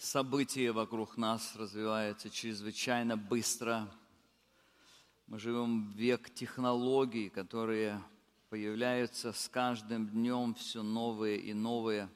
События вокруг нас развиваются чрезвычайно быстро. Мы живем в век технологий, которые появляются с каждым днем все новые и новые.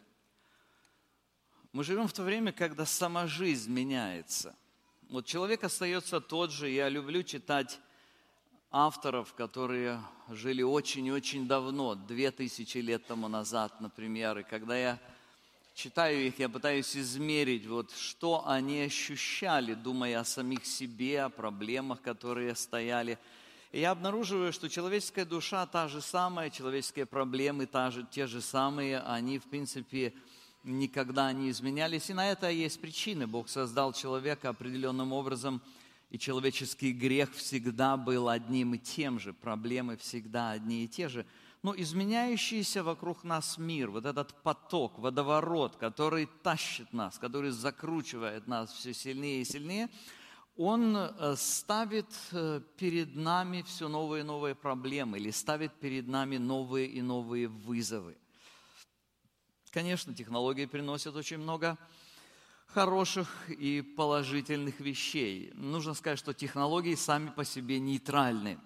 Мы живем в то время, когда сама жизнь меняется. Вот человек остается тот же. Я люблю читать авторов, которые жили очень-очень давно, 2000 лет тому назад, например. И когда я читаю их, я пытаюсь измерить, что они ощущали, думая о самих себе, о проблемах, которые стояли. И я обнаруживаю, что человеческая душа та же самая, человеческие проблемы те же самые, они, в принципе, никогда не изменялись. И на это есть причины. Бог создал человека определенным образом, и человеческий грех всегда был одним и тем же, проблемы всегда одни и те же. Но изменяющийся вокруг нас мир, вот этот поток, водоворот, который тащит нас, который закручивает нас все сильнее и сильнее, он ставит перед нами все новые и новые проблемы или ставит перед нами новые и новые вызовы. Конечно, технологии приносят очень много хороших и положительных вещей. Нужно сказать, что технологии сами по себе нейтральны.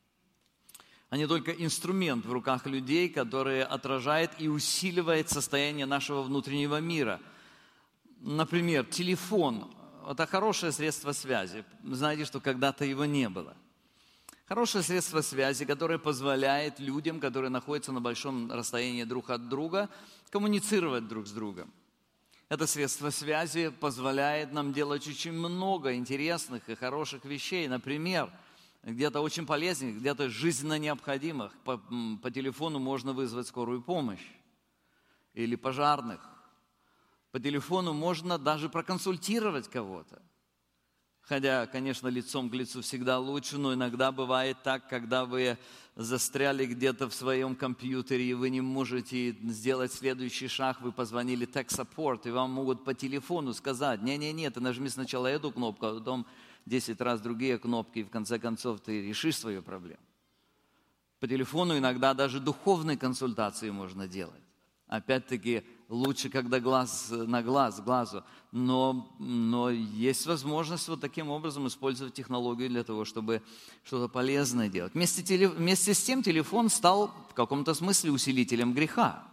Они только инструмент в руках людей, который отражает и усиливает состояние нашего внутреннего мира. Например, телефон – это хорошее средство связи. Знаете, что когда-то его не было. Хорошее средство связи, которое позволяет людям, которые находятся на большом расстоянии друг от друга, коммуницировать друг с другом. Это средство связи позволяет нам делать очень много интересных и хороших вещей. Например, где-то очень полезных, где-то жизненно необходимых. По телефону можно вызвать скорую помощь или пожарных. По телефону можно даже проконсультировать кого-то. Хотя, конечно, лицом к лицу всегда лучше, но иногда бывает так, когда вы застряли где-то в своем компьютере, и вы не можете сделать следующий шаг, вы позвонили tech support, и вам могут по телефону сказать: не-не-не, ты нажми сначала эту кнопку, а потом 10 раз другие кнопки, и в конце концов ты решишь свою проблему. По телефону иногда даже духовные консультации можно делать. Опять-таки, лучше, когда глаз на глаз, глазу. Но есть возможность вот таким образом использовать технологию для того, чтобы что-то полезное делать. Вместе с тем телефон стал в каком-то смысле усилителем греха.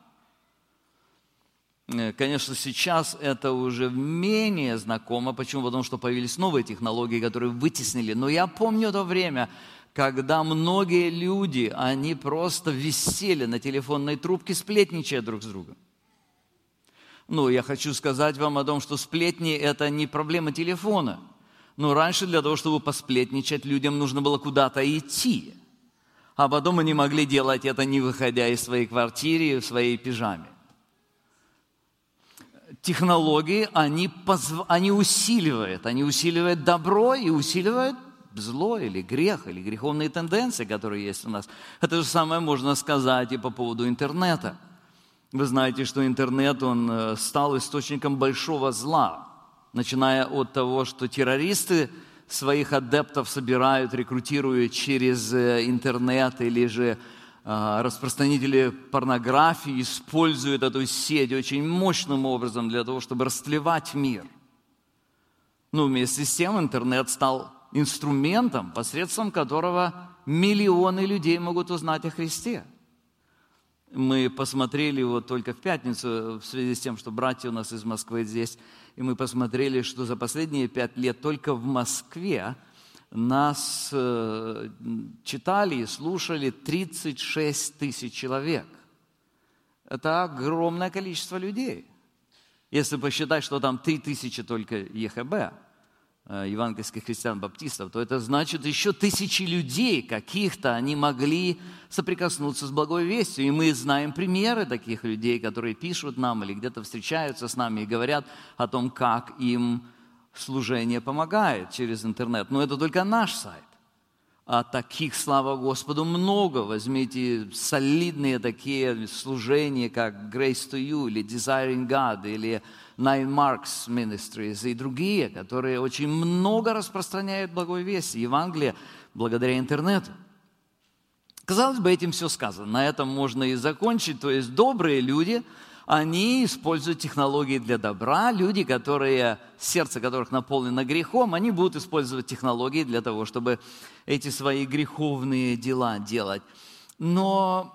Конечно, сейчас это уже менее знакомо. Почему? Потому что появились новые технологии, которые вытеснили. Но я помню то время, когда многие люди, они просто висели на телефонной трубке, сплетничая друг с другом. Я хочу сказать вам о том, что сплетни – это не проблема телефона. Но раньше для того, чтобы посплетничать, людям нужно было куда-то идти. А потом они могли делать это, не выходя из своей квартиры, в своей пижаме. Технологии, они усиливают добро и усиливают зло или грех, или греховные тенденции, которые есть у нас. Это же самое можно сказать и по поводу интернета. Вы знаете, что интернет, он стал источником большого зла, начиная от того, что террористы своих адептов собирают, рекрутируют через интернет, или же распространители порнографии используют эту сеть очень мощным образом для того, чтобы растлевать мир. Вместе с тем интернет стал инструментом, посредством которого миллионы людей могут узнать о Христе. Мы посмотрели только в пятницу, в связи с тем, что братья у нас из Москвы здесь, и мы посмотрели, что за последние 5 лет только в Москве нас читали и слушали 36 тысяч человек. Это огромное количество людей. Если посчитать, что там 3000 только ЕХБ, евангельских христиан-баптистов, то это значит еще тысячи людей каких-то, они могли соприкоснуться с благой вестью. И мы знаем примеры таких людей, которые пишут нам или где-то встречаются с нами и говорят о том, как им служение помогает через интернет. Но это только наш сайт. А таких, слава Господу, много. Возьмите солидные такие служения, как Grace to You, или Desiring God, или Nine Marks Ministries и другие, которые очень много распространяют благой весть, Евангелие, благодаря интернету. Казалось бы, этим все сказано. На этом можно и закончить. То есть добрые люди, они используют технологии для добра. Люди, сердце которых наполнено грехом, они будут использовать технологии для того, чтобы эти свои греховные дела делать. Но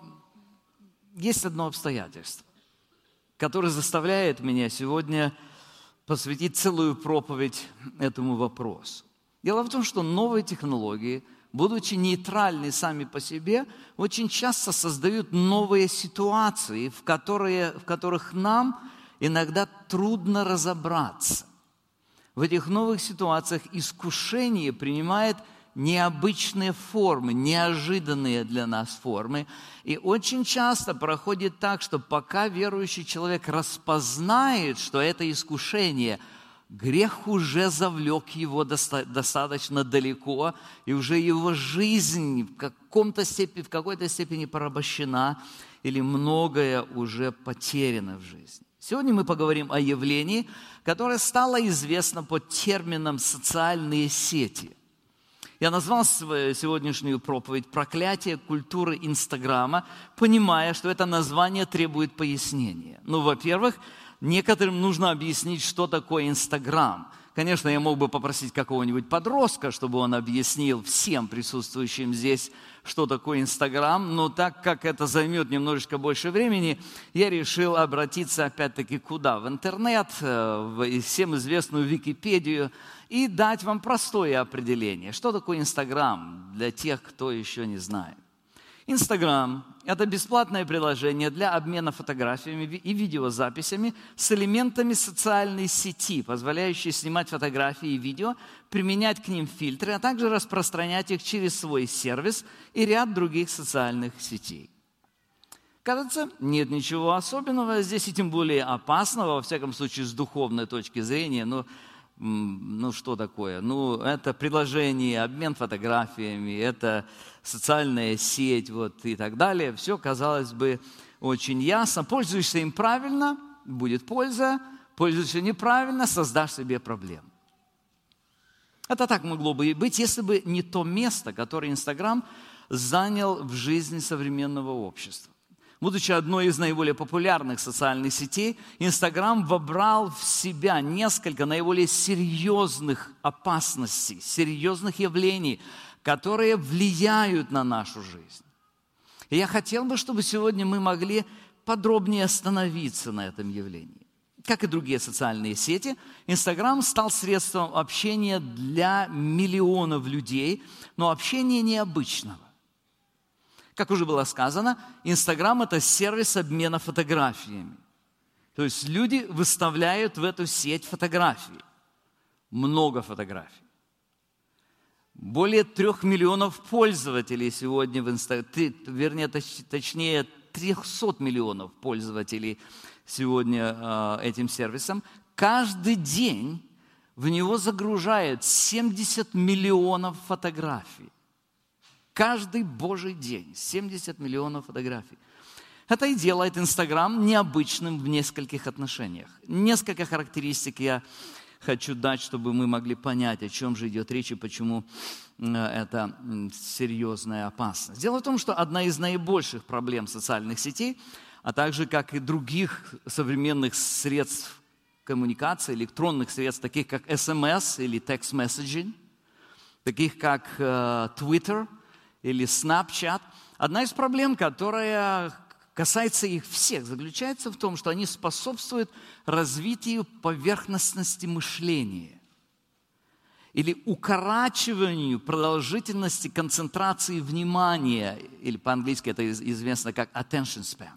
есть одно обстоятельство, которое заставляет меня сегодня посвятить целую проповедь этому вопросу. Дело в том, что новые технологии, будучи нейтральны сами по себе, очень часто создают новые ситуации, в которых нам иногда трудно разобраться. В этих новых ситуациях искушение принимает необычные формы, неожиданные для нас формы. И очень часто проходит так, что пока верующий человек распознает, что это искушение, грех уже завлек его достаточно далеко, и уже его жизнь в какой-то степени порабощена, или многое уже потеряно в жизни. Сегодня мы поговорим о явлении, которое стало известно под термином «социальные сети». Я назвал свою сегодняшнюю проповедь «Проклятие культуры Инстаграма», понимая, что это название требует пояснения. Во-первых, некоторым нужно объяснить, что такое Инстаграм. Конечно, я мог бы попросить какого-нибудь подростка, чтобы он объяснил всем присутствующим здесь, что такое Инстаграм, но так как это займет немножечко больше времени, я решил обратиться опять-таки куда? В интернет, в всем известную Википедию, и дать вам простое определение. Что такое Инстаграм для тех, кто еще не знает? Инстаграм – это бесплатное приложение для обмена фотографиями и видеозаписями с элементами социальной сети, позволяющие снимать фотографии и видео, применять к ним фильтры, а также распространять их через свой сервис и ряд других социальных сетей. Кажется, нет ничего особенного здесь и тем более опасного, во всяком случае, с духовной точки зрения. Что такое? Это приложение, обмен фотографиями, это социальная сеть и так далее. Все, казалось бы, очень ясно. Пользуешься им правильно, будет польза. Пользуешься неправильно, создашь себе проблем. Это так могло бы и быть, если бы не то место, которое Инстаграм занял в жизни современного общества. Будучи одной из наиболее популярных социальных сетей, Инстаграм вобрал в себя несколько наиболее серьезных опасностей, серьезных явлений, которые влияют на нашу жизнь. И я хотел бы, чтобы сегодня мы могли подробнее остановиться на этом явлении. Как и другие социальные сети, Инстаграм стал средством общения для миллионов людей, но общения необычного. Как уже было сказано, Инстаграм – это сервис обмена фотографиями. То есть люди выставляют в эту сеть фотографии. Много фотографий. Более 3 миллионов пользователей сегодня в Инстаграме, точнее 300 миллионов пользователей сегодня этим сервисом. Каждый день в него загружают 70 миллионов фотографий. Каждый Божий день 70 миллионов фотографий. Это и делает Инстаграм необычным в нескольких отношениях. Несколько характеристик я хочу дать, чтобы мы могли понять, о чем же идет речь и почему это серьезная опасность. Дело в том, что одна из наибольших проблем социальных сетей, а также как и других современных средств коммуникации, электронных средств, таких как SMS или text messaging, таких как Twitter или Snapchat, одна из проблем, которая касается их всех, заключается в том, что они способствуют развитию поверхностности мышления или укорачиванию продолжительности концентрации внимания, или по-английски это известно как attention span.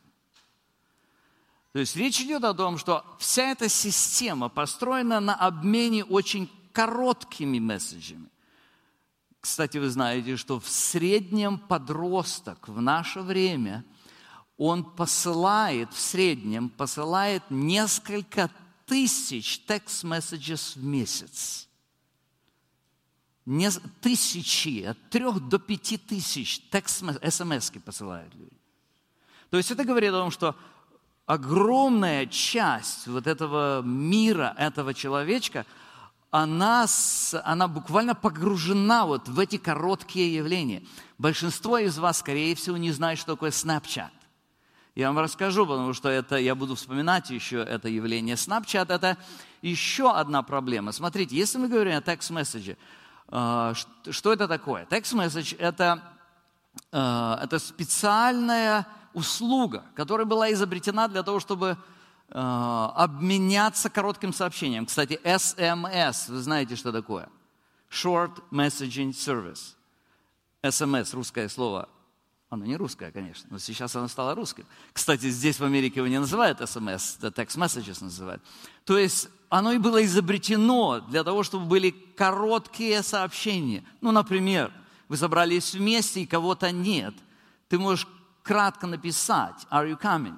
То есть речь идет о том, что вся эта система построена на обмене очень короткими месседжами. Кстати, вы знаете, что в среднем подросток в наше время, он посылает несколько тысяч text-messages в месяц. Тысячи, от 3 до 5 тысяч смс-ки посылают люди. То есть это говорит о том, что огромная часть этого мира, этого человечка, она буквально погружена в эти короткие явления. Большинство из вас, скорее всего, не знает, что такое Snapchat. Я вам расскажу, потому что я буду вспоминать еще это явление. Snapchat – это еще одна проблема. Смотрите, если мы говорим о текст-месседже, что это такое? Текст-месседж – это специальная услуга, которая была изобретена для того, чтобы обменяться коротким сообщением. Кстати, SMS, вы знаете, что такое? Short Messaging Service. SMS, русское слово. Оно не русское, конечно, но сейчас оно стало русским. Кстати, здесь в Америке его не называют SMS, это text messages называют. То есть оно и было изобретено для того, чтобы были короткие сообщения. Ну, например, вы собрались вместе, и кого-то нет. Ты можешь кратко написать «Are you coming?»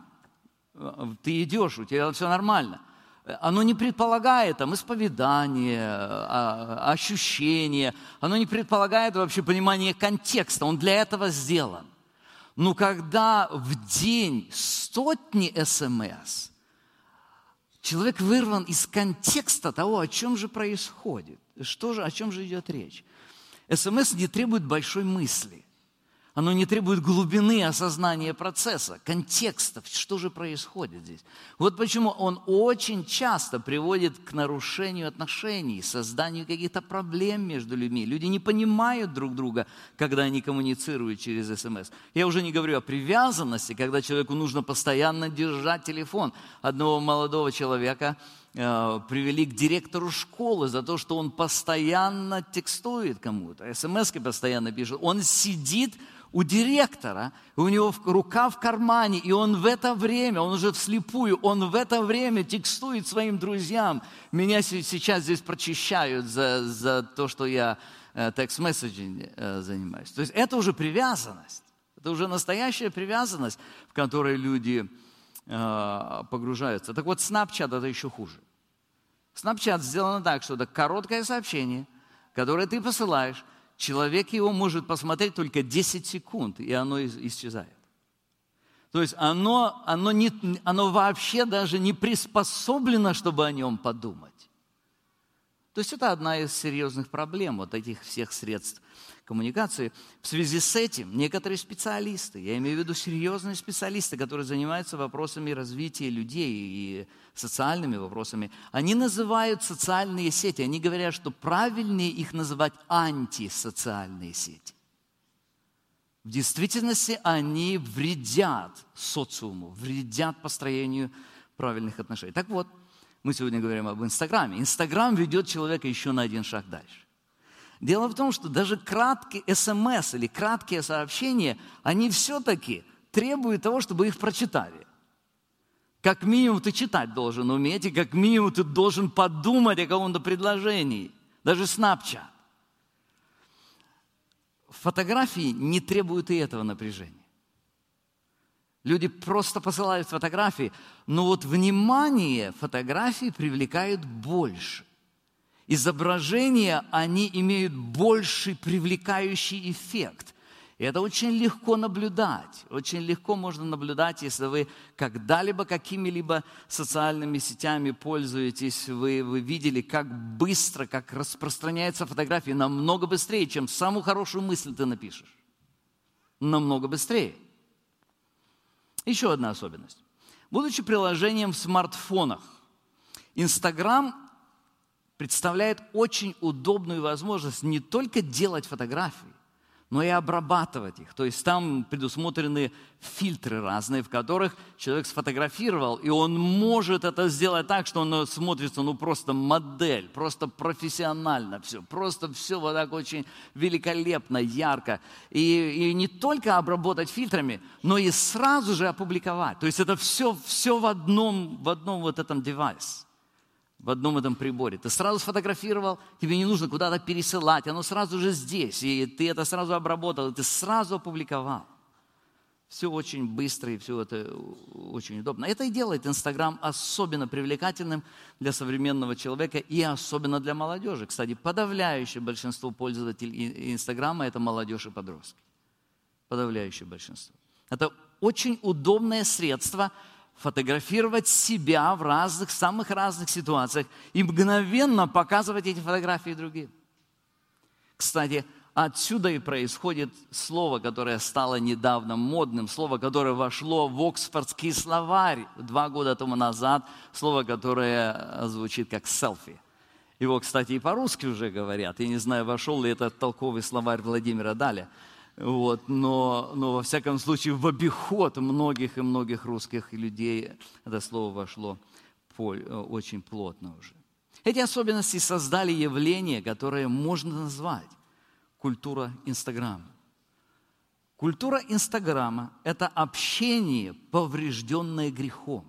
Ты идешь, у тебя все нормально. Оно не предполагает там исповедание, ощущение. Оно не предполагает вообще понимание контекста. Он для этого сделан. Но когда в день сотни СМС, человек вырван из контекста того, о чем же происходит, о чем же идет речь. СМС не требует большой мысли. Оно не требует глубины осознания процесса, контекста, что же происходит здесь. Вот почему он очень часто приводит к нарушению отношений, созданию каких-то проблем между людьми. Люди не понимают друг друга, когда они коммуницируют через СМС. Я уже не говорю о привязанности, когда человеку нужно постоянно держать телефон. Одного молодого человека привели к директору школы за то, что он постоянно текстует кому-то, СМС-ки постоянно пишет. Он сидит у директора, у него рука в кармане, и он в это время, он уже вслепую, он в это время текстует своим друзьям. Меня сейчас здесь прочищают за то, что я текст-месседжинг занимаюсь. То есть это уже привязанность, это уже настоящая привязанность, в которой люди погружаются. Так вот, Snapchat это еще хуже. Snapchat сделано так, что это короткое сообщение, которое ты посылаешь, человек его может посмотреть только 10 секунд, и оно исчезает. То есть оно вообще даже не приспособлено, чтобы о нем подумать. То есть это одна из серьезных проблем вот этих всех средств коммуникации. В связи с этим некоторые специалисты, я имею в виду серьезные специалисты, которые занимаются вопросами развития людей и социальными вопросами, они называют социальные сети, они говорят, что правильнее их называть антисоциальные сети. В действительности они вредят социуму, вредят построению правильных отношений. Так вот, мы сегодня говорим об Инстаграме. Инстаграм ведет человека еще на один шаг дальше. Дело в том, что даже краткие СМС или краткие сообщения, они все-таки требуют того, чтобы их прочитали. Как минимум ты читать должен уметь, и как минимум ты должен подумать о каком-то предложении. Даже Snapchat. Фотографии не требуют и этого напряжения. Люди просто посылают фотографии, но вот внимание фотографии привлекают больше. Изображения, они имеют больший привлекающий эффект. И это очень легко наблюдать. Очень легко можно наблюдать, если вы когда-либо какими-либо социальными сетями пользуетесь, вы видели, как быстро, как распространяется фотография, намного быстрее, чем самую хорошую мысль ты напишешь. Намного быстрее. Еще одна особенность. Будучи приложением в смартфонах, Инстаграм представляет очень удобную возможность не только делать фотографии, но и обрабатывать их. То есть там предусмотрены фильтры разные, в которых человек сфотографировал, и он может это сделать так, что он смотрится, просто модель, просто профессионально все, просто все вот так очень великолепно, ярко. И не только обработать фильтрами, но и сразу же опубликовать. То есть это все в одном вот этом девайсе. В одном этом приборе. Ты сразу сфотографировал, тебе не нужно куда-то пересылать, оно сразу же здесь, и ты это сразу обработал, и ты сразу опубликовал. Все очень быстро, и все это очень удобно. Это и делает Инстаграм особенно привлекательным для человека и особенно для молодежи. Кстати, подавляющее большинство пользователей Инстаграма – это молодежь и подростки. Подавляющее большинство. Это очень удобное средство фотографировать себя в самых разных ситуациях и мгновенно показывать эти фотографии другим. Кстати, Отсюда и происходит слово, которое стало недавно модным, слово, которое вошло в Оксфордский словарь 2 года тому назад, слово, которое звучит как «селфи». Его, кстати, и по-русски уже говорят. Я не знаю, вошел ли этот толковый словарь Владимира Даля. Но во всяком случае в обиход многих и многих русских людей это слово вошло очень плотно уже. Эти особенности создали явление, которое можно назвать культура Инстаграма. Культура Инстаграма – это общение, поврежденное грехом.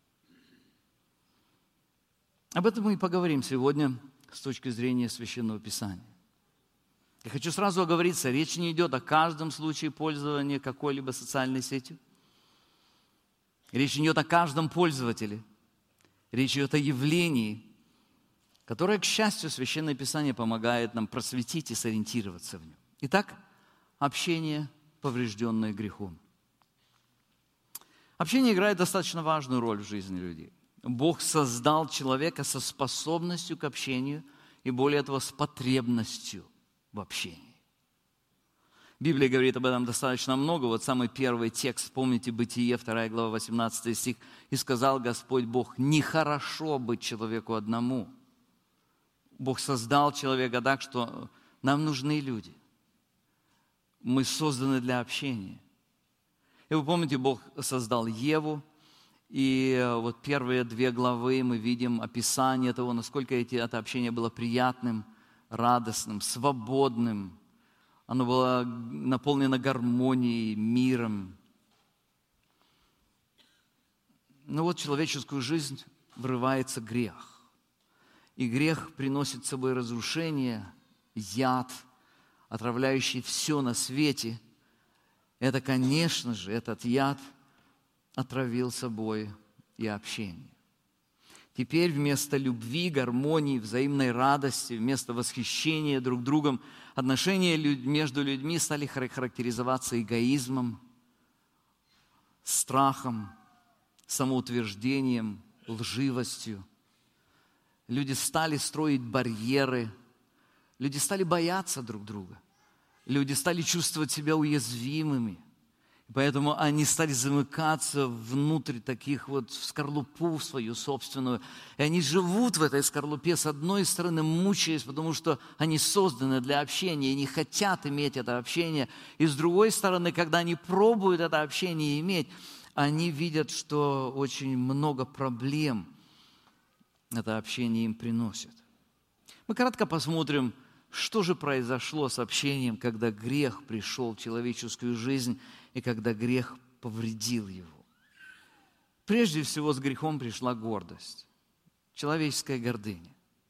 Об этом мы и поговорим сегодня с точки зрения Священного Писания. Я хочу сразу оговориться, речь не идет о каждом случае пользования какой-либо социальной сетью. Речь не идет о каждом пользователе. Речь идет о явлении, которое, к счастью, Священное Писание помогает нам просветить и сориентироваться в нем. Итак, общение, поврежденное грехом. Общение играет достаточно важную роль в жизни людей. Бог создал человека со способностью к общению и, более того, с потребностью в общении. Библия говорит об этом достаточно много. Вот самый первый текст, помните, Бытие, 2 глава, 18 стих. «И сказал Господь Бог, нехорошо быть человеку одному». Бог создал человека так, что нам нужны люди. Мы созданы для общения. И вы помните, Бог создал Еву, и вот первые 2 главы мы видим описание того, насколько это общение было приятным, радостным, свободным. Оно было наполнено гармонией, миром. Но вот в человеческую жизнь врывается грех. И грех приносит с собой разрушение, яд, отравляющий все на свете. Это, конечно же, этот яд отравил собой и общение. Теперь вместо любви, гармонии, взаимной радости, вместо восхищения друг другом, отношения между людьми стали характеризоваться эгоизмом, страхом, самоутверждением, лживостью. Люди стали строить барьеры, люди стали бояться друг друга, люди стали чувствовать себя уязвимыми. Поэтому они стали замыкаться внутрь таких вот, в скорлупу свою собственную. И они живут в этой скорлупе, с одной стороны, мучаясь, потому что они созданы для общения и не хотят иметь это общение. И с другой стороны, когда они пробуют это общение иметь, они видят, что очень много проблем это общение им приносит. Мы кратко посмотрим, что же произошло с общением, когда грех пришел в человеческую жизнь и когда грех повредил его. Прежде всего, с грехом пришла гордость, человеческая гордыня.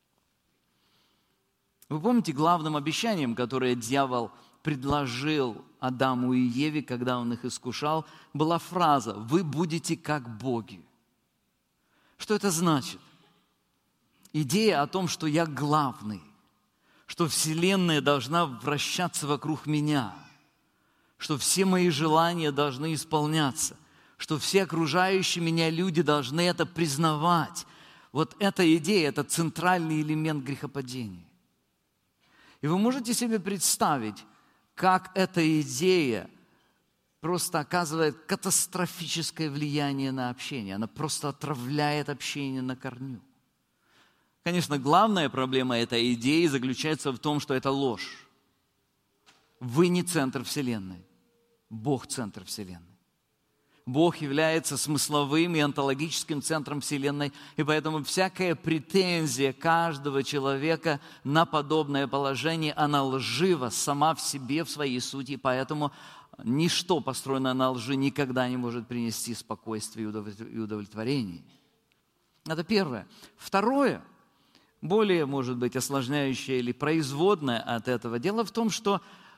Вы помните, главным обещанием, которое дьявол предложил Адаму и Еве, когда он их искушал, была фраза «Вы будете как боги». Что это значит? Идея о том, что я главный, что Вселенная должна вращаться вокруг меня, что все мои желания должны исполняться, что все окружающие меня люди должны это признавать. Вот эта идея – это центральный элемент грехопадения. И вы можете себе представить, как эта идея просто оказывает катастрофическое влияние на общение. Она просто отравляет общение на корню. Конечно, главная проблема этой идеи заключается в том, что это ложь. Вы не центр Вселенной. Бог – центр Вселенной. Бог является смысловым и онтологическим центром Вселенной, и поэтому всякая претензия каждого человека на подобное положение, она лжива сама в себе, в своей сути, поэтому ничто, построенное на лжи, никогда не может принести спокойствие и удовлетворение. Это первое. Второе, более, может быть, осложняющее или производное от этого, дело в том, что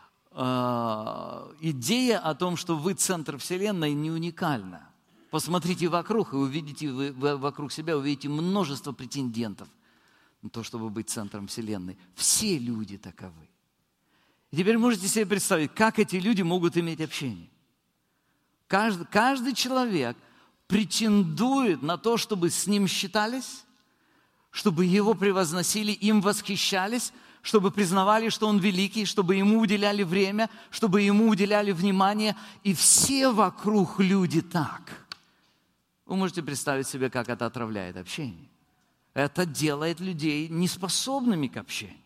идея о том, что вы центр Вселенной, не уникальна. Посмотрите вокруг и увидите, вы вокруг себя увидите множество претендентов на то, чтобы быть центром Вселенной. Все люди таковы. И теперь можете себе представить, как эти люди могут иметь общение. Каждый человек претендует на то, чтобы с ним считались, чтобы его превозносили, им восхищались, чтобы признавали, что Он великий, чтобы Ему уделяли время, чтобы Ему уделяли внимание. И все вокруг люди так. Вы можете представить себе, как это отравляет общение. Это делает людей неспособными к общению.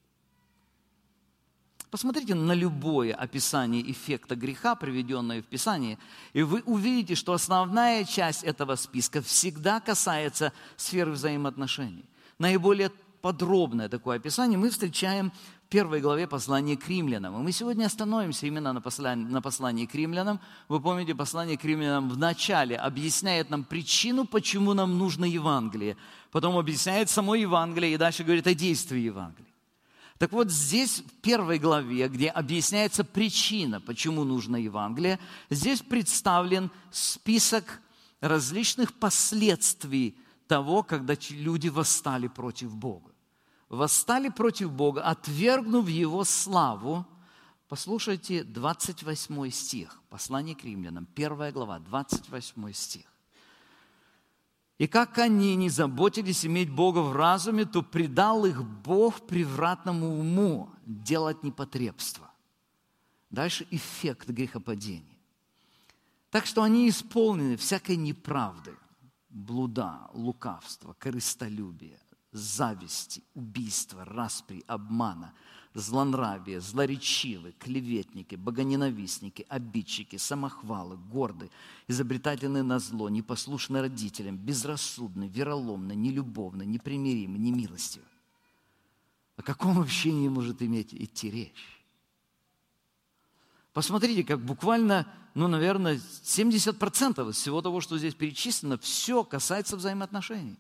Посмотрите на любое описание эффекта греха, приведенное в Писании, и вы увидите, что основная часть этого списка всегда касается сферы взаимоотношений. Наиболее подробное такое описание мы встречаем в 1 главе послания к римлянам. И мы сегодня остановимся именно на послании к римлянам. Вы помните, послание к римлянам в начале объясняет нам причину, почему нам нужно Евангелие. Потом объясняет само Евангелие и дальше говорит о действии Евангелия. Так вот, здесь, в 1 главе, где объясняется причина, почему нужно Евангелие, здесь представлен список различных последствий того, когда люди восстали против Бога. Восстали против Бога, отвергнув Его славу. Послушайте 28 стих, послание к римлянам, 1 глава, 28 стих. «И как они не заботились иметь Бога в разуме, то предал их Бог превратному уму делать непотребство». Дальше эффект грехопадения. Так что они исполнены всякой неправды, блуда, лукавства, корыстолюбия, зависти, убийства, распри, обмана, злонравия, злоречивы, клеветники, богоненавистники, обидчики, самохвалы, горды, изобретательны на зло, непослушны родителям, безрассудны, вероломны, нелюбовны, непримиримы, немилостивы. О каком общении может идти речь? Посмотрите, как буквально, наверное, 70% из всего того, что здесь перечислено, все касается взаимоотношений.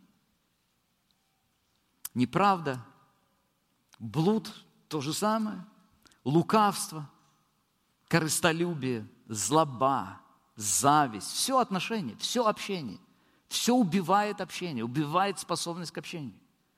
Неправда, блуд, то же самое, лукавство, корыстолюбие, злоба, зависть, все отношения, все общение, все убивает общение, убивает способность к общению.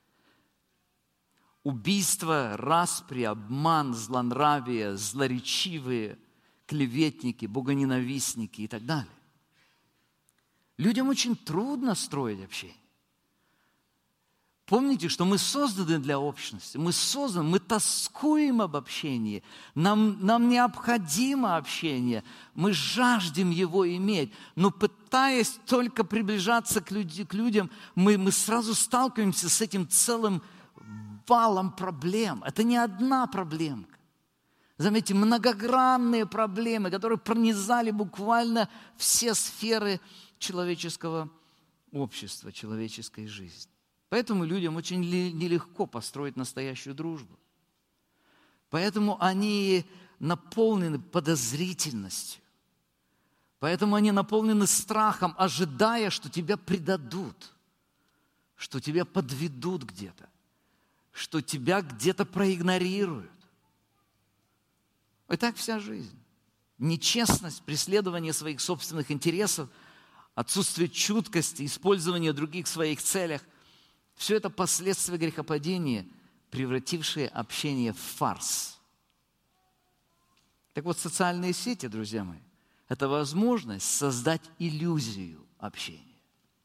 Убийство, распри, обман, злонравие, злоречивые, клеветники, богоненавистники и так далее. Людям очень трудно строить общение. Помните, что мы созданы для общности, мы тоскуем об общении, нам необходимо общение, мы жаждем его иметь, но пытаясь только приближаться к людям, мы сразу сталкиваемся с этим целым валом проблем. Это не одна проблемка. Заметьте, многогранные проблемы, которые пронизали буквально все сферы человеческого общества, человеческой жизни. Поэтому людям очень нелегко построить настоящую дружбу. Поэтому они наполнены подозрительностью. Поэтому они наполнены страхом, ожидая, что тебя предадут, что тебя подведут где-то, что тебя где-то проигнорируют. И так вся жизнь. Нечестность, преследование своих собственных интересов, отсутствие чуткости, использование других в своих целях – все это последствия грехопадения, превратившие общение в фарс. Так вот, социальные сети, друзья мои, это возможность создать иллюзию общения.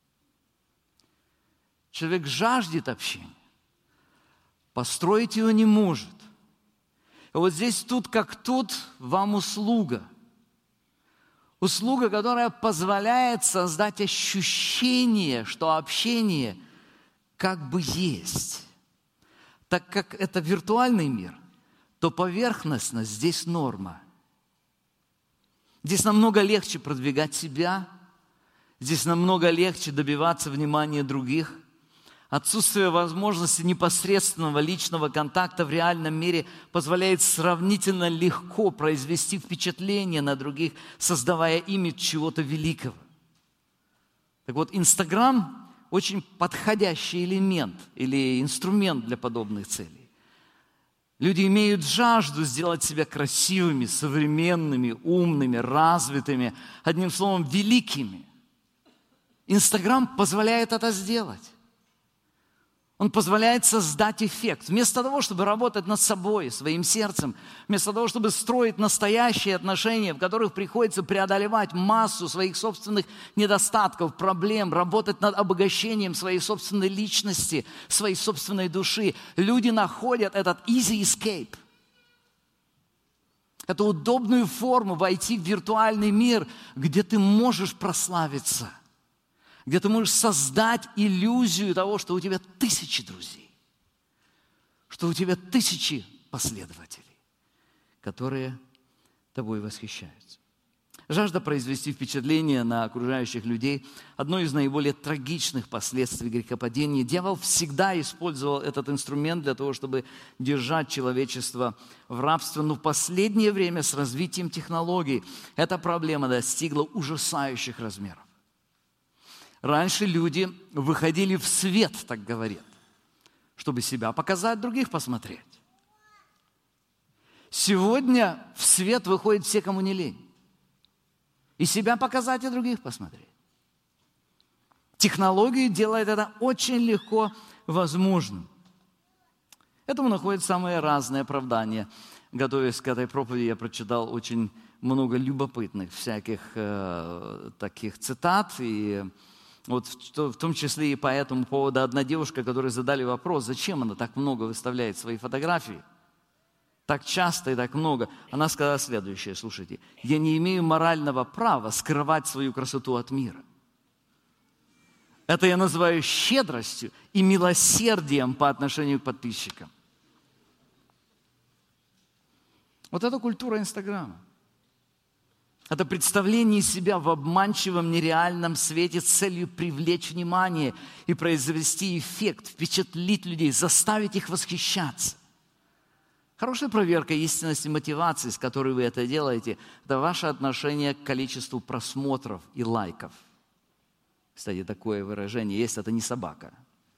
Человек жаждет общения, построить его не может. И вот здесь тут как тут вам услуга. Услуга, которая позволяет создать ощущение, что общение как бы есть. Так как это виртуальный мир, то поверхностность здесь норма. Здесь намного легче продвигать себя, здесь намного легче добиваться внимания других. Отсутствие возможности непосредственного личного контакта в реальном мире позволяет сравнительно легко произвести впечатление на других, создавая имидж чего-то великого. Так вот, Инстаграм – очень подходящий элемент или инструмент для подобных целей. Люди имеют жажду сделать себя красивыми, современными, умными, развитыми, одним словом, великими. Инстаграм позволяет это сделать. Он позволяет создать эффект. Вместо того, чтобы работать над собой, своим сердцем, вместо того, чтобы строить настоящие отношения, в которых приходится преодолевать массу своих собственных недостатков, проблем, работать над обогащением своей собственной личности, своей собственной души, люди находят этот easy escape. Это удобную форму войти в виртуальный мир, где ты можешь прославиться, где ты можешь создать иллюзию того, что у тебя 1000 друзей, что у тебя 1000 последователей, которые тобой восхищаются. Жажда произвести впечатление на окружающих людей – одно из наиболее трагичных последствий грехопадения. Дьявол всегда использовал этот инструмент для того, чтобы держать человечество в рабстве. Но в последнее время с развитием технологий эта проблема достигла ужасающих размеров. Раньше люди выходили в свет, так говорят, чтобы себя показать, других посмотреть. Сегодня в свет выходят все, кому не лень. И себя показать, и других посмотреть. Технологии делают это очень легко возможным. Этому находят самые разные оправдания. Готовясь к этой проповеди, я прочитал очень много любопытных всяких таких цитат. И вот в том числе и по этому поводу одна девушка, которой задали вопрос, зачем она так много выставляет свои фотографии. Так часто и так много. Она сказала следующее, слушайте. Я не имею морального права скрывать свою красоту от мира. Это я называю щедростью и милосердием по отношению к подписчикам. Вот это культура Инстаграма. Это представление себя в обманчивом, нереальном свете с целью привлечь внимание и произвести эффект, впечатлить людей, заставить их восхищаться. Хорошая проверка истинности мотивации, с которой вы это делаете, это ваше отношение к количеству просмотров и лайков. Кстати, такое выражение есть, это не собака.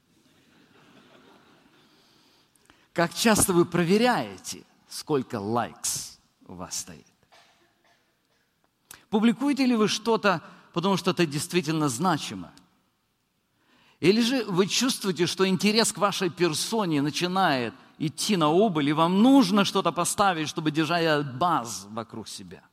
Как часто вы проверяете, сколько лайкс у вас стоит? Публикуете ли вы что-то, потому что это действительно значимо? Или же вы чувствуете, что интерес к вашей персоне начинает идти на убыль, и вам нужно что-то поставить, чтобы держать баз вокруг себя?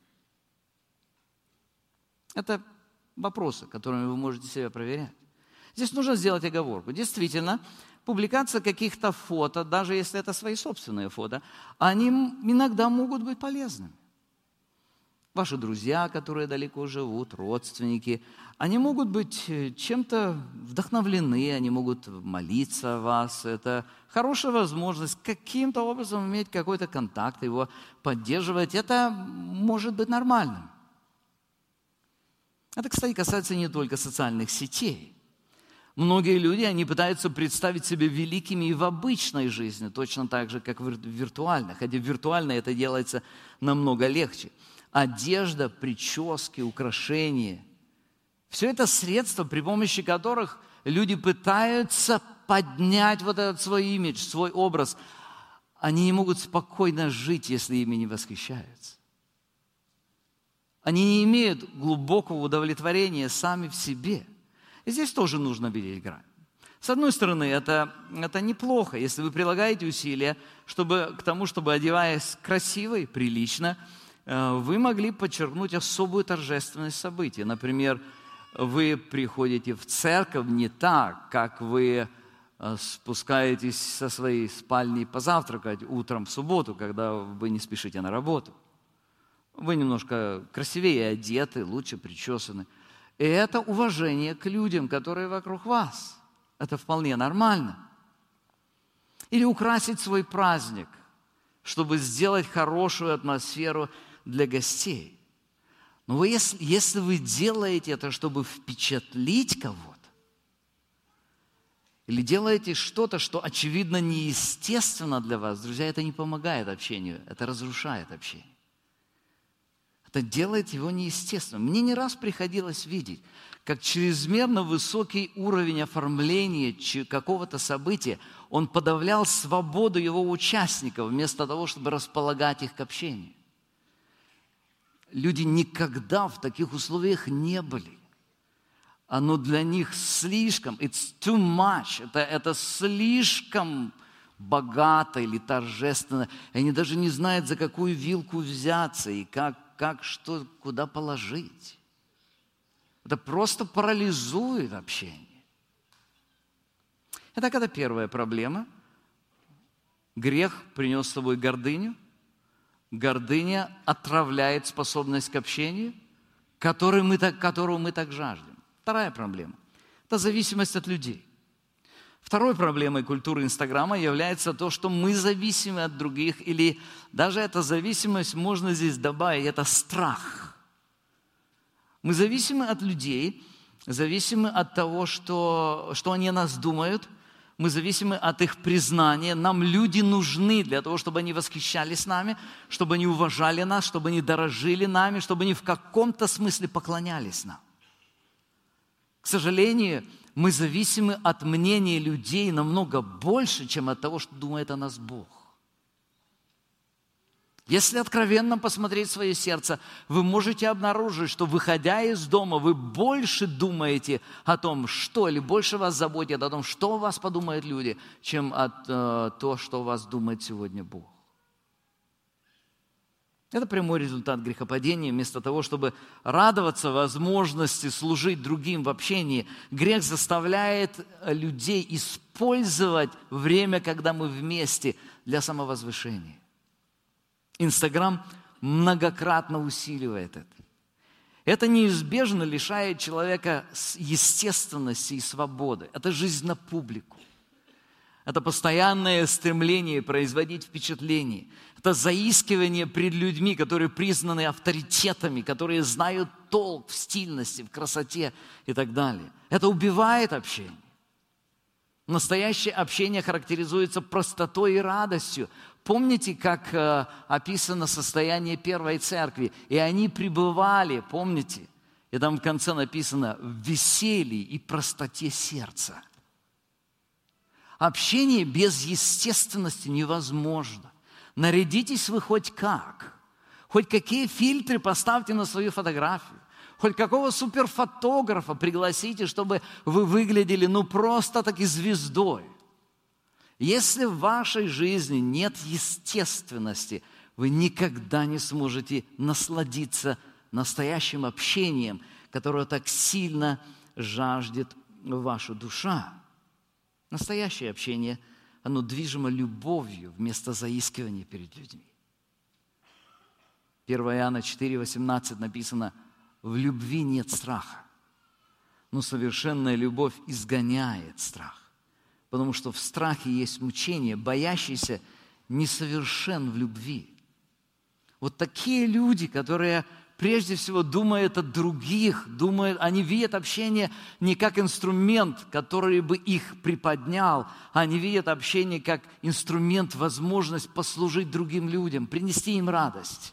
Это вопросы, которыми вы можете себя проверять. Здесь нужно сделать оговорку. Действительно, публикация каких-то фото, даже если это свои собственные фото, они иногда могут быть полезными. Ваши друзья, которые далеко живут, родственники, они могут быть чем-то вдохновлены, они могут молиться о вас. Это хорошая возможность каким-то образом иметь какой-то контакт, его поддерживать. Это может быть нормальным. Это, кстати, касается не только социальных сетей. Многие люди, они пытаются представить себя великими и в обычной жизни, точно так же, как в виртуальной. Хотя в виртуальной это делается намного легче. Одежда, прически, украшения – все это средства, при помощи которых люди пытаются поднять вот этот свой имидж, свой образ. Они не могут спокойно жить, если ими не восхищаются. Они не имеют глубокого удовлетворения сами в себе. И здесь тоже нужно видеть грань. С одной стороны, это неплохо, если вы прилагаете усилия к тому, чтобы, одеваясь красиво и прилично, вы могли подчеркнуть особую торжественность события. Например, вы приходите в церковь не так, как вы спускаетесь со своей спальни позавтракать утром в субботу, когда вы не спешите на работу. Вы немножко красивее одеты, лучше причесаны. И это уважение к людям, которые вокруг вас. Это вполне нормально. Или украсить свой праздник, чтобы сделать хорошую атмосферу для гостей. Но если вы делаете это, чтобы впечатлить кого-то, или делаете что-то, что очевидно неестественно для вас, друзья, это не помогает общению, это разрушает общение. Это делает его неестественным. Мне не раз приходилось видеть, как чрезмерно высокий уровень оформления какого-то события, он подавлял свободу его участников, вместо того, чтобы располагать их к общению. Люди никогда в таких условиях не были. оно для них слишком, it's too much, это слишком богато или торжественно. Они даже не знают, за какую вилку взяться и как что, куда положить. Это просто парализует общение. Это первая проблема. Грех принес с собой гордыню. Гордыня отравляет способность к общению, которую мы так жаждем. Вторая проблема – это зависимость от людей. Второй проблемой культуры Инстаграма является то, что мы зависимы от других, или даже эта зависимость, можно здесь добавить, это страх. Мы зависимы от людей, зависимы от того, что они о нас думают, мы зависимы от их признания. Нам люди нужны для того, чтобы они восхищались нами, чтобы они уважали нас, чтобы они дорожили нами, чтобы они в каком-то смысле поклонялись нам. К сожалению, мы зависимы от мнения людей намного больше, чем от того, что думает о нас Бог. Если откровенно посмотреть в свое сердце, вы можете обнаружить, что, выходя из дома, вы больше думаете о том, что, или больше вас заботит о том, что о вас подумают люди, чем то, что о вас думает сегодня Бог. Это прямой результат грехопадения. Вместо того, чтобы радоваться возможности служить другим в общении, грех заставляет людей использовать время, когда мы вместе, для самовозвышения. Инстаграм многократно усиливает это. Это неизбежно лишает человека естественности и свободы. Это жизнь на публику. Это постоянное стремление производить впечатление. Это заискивание пред людьми, которые признаны авторитетами, которые знают толк в стильности, в красоте и так далее. Это убивает общение. Настоящее общение характеризуется простотой и радостью. Помните, как описано состояние первой церкви? И они пребывали, помните? И там в конце написано «в веселье и простоте сердца». Общение без естественности невозможно. Нарядитесь вы хоть как. Хоть какие фильтры поставьте на свою фотографию. Хоть какого суперфотографа пригласите, чтобы вы выглядели просто-таки звездой. Если в вашей жизни нет естественности, вы никогда не сможете насладиться настоящим общением, которое так сильно жаждет ваша душа. Настоящее общение, оно движимо любовью вместо заискивания перед людьми. 1 Иоанна 4,18 написано: «В любви нет страха, но совершенная любовь изгоняет страх, потому что в страхе есть мучение, боящийся несовершен в любви». Вот такие люди, которые прежде всего думают о других, они видят общение не как инструмент, который бы их приподнял, а они видят общение как инструмент, возможность послужить другим людям, принести им радость.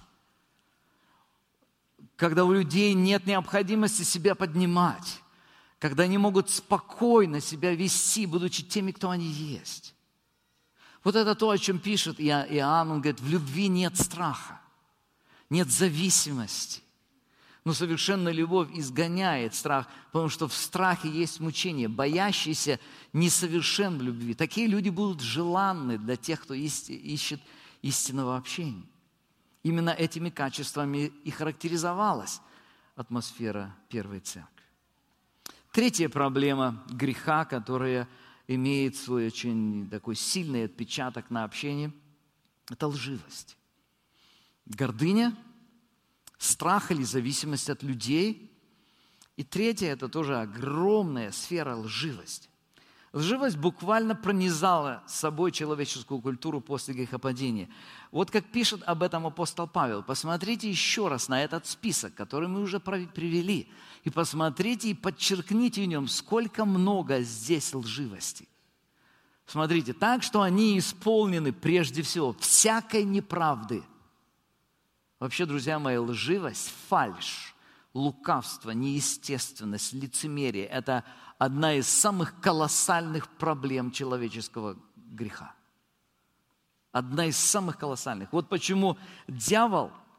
Когда у людей нет необходимости себя поднимать, когда они могут спокойно себя вести, будучи теми, кто они есть. Вот это то, о чем пишет Иоанн. Он говорит, в любви нет страха, нет зависимости. Но совершенная любовь изгоняет страх, потому что в страхе есть мучение. Боящийся несовершен в любви. Такие люди будут желанны для тех, кто ищет истинного общения. Именно этими качествами и характеризовалась атмосфера первой церкви. Третья проблема греха, которая имеет свой очень такой сильный отпечаток на общение, это лживость. Гордыня, страх или зависимость от людей. И третье – это тоже огромная сфера лживости. Лживость буквально пронизала собой человеческую культуру после грехопадения. Вот как пишет об этом апостол Павел. Посмотрите еще раз на этот список, который мы уже привели. И посмотрите и подчеркните в нем, сколько много здесь лживости. Смотрите, так что они исполнены прежде всего всякой неправды. Вообще, друзья мои, лживость, фальшь, лукавство, неестественность, лицемерие – это одна из самых колоссальных проблем человеческого греха. Одна из самых колоссальных. Вот почему дьявол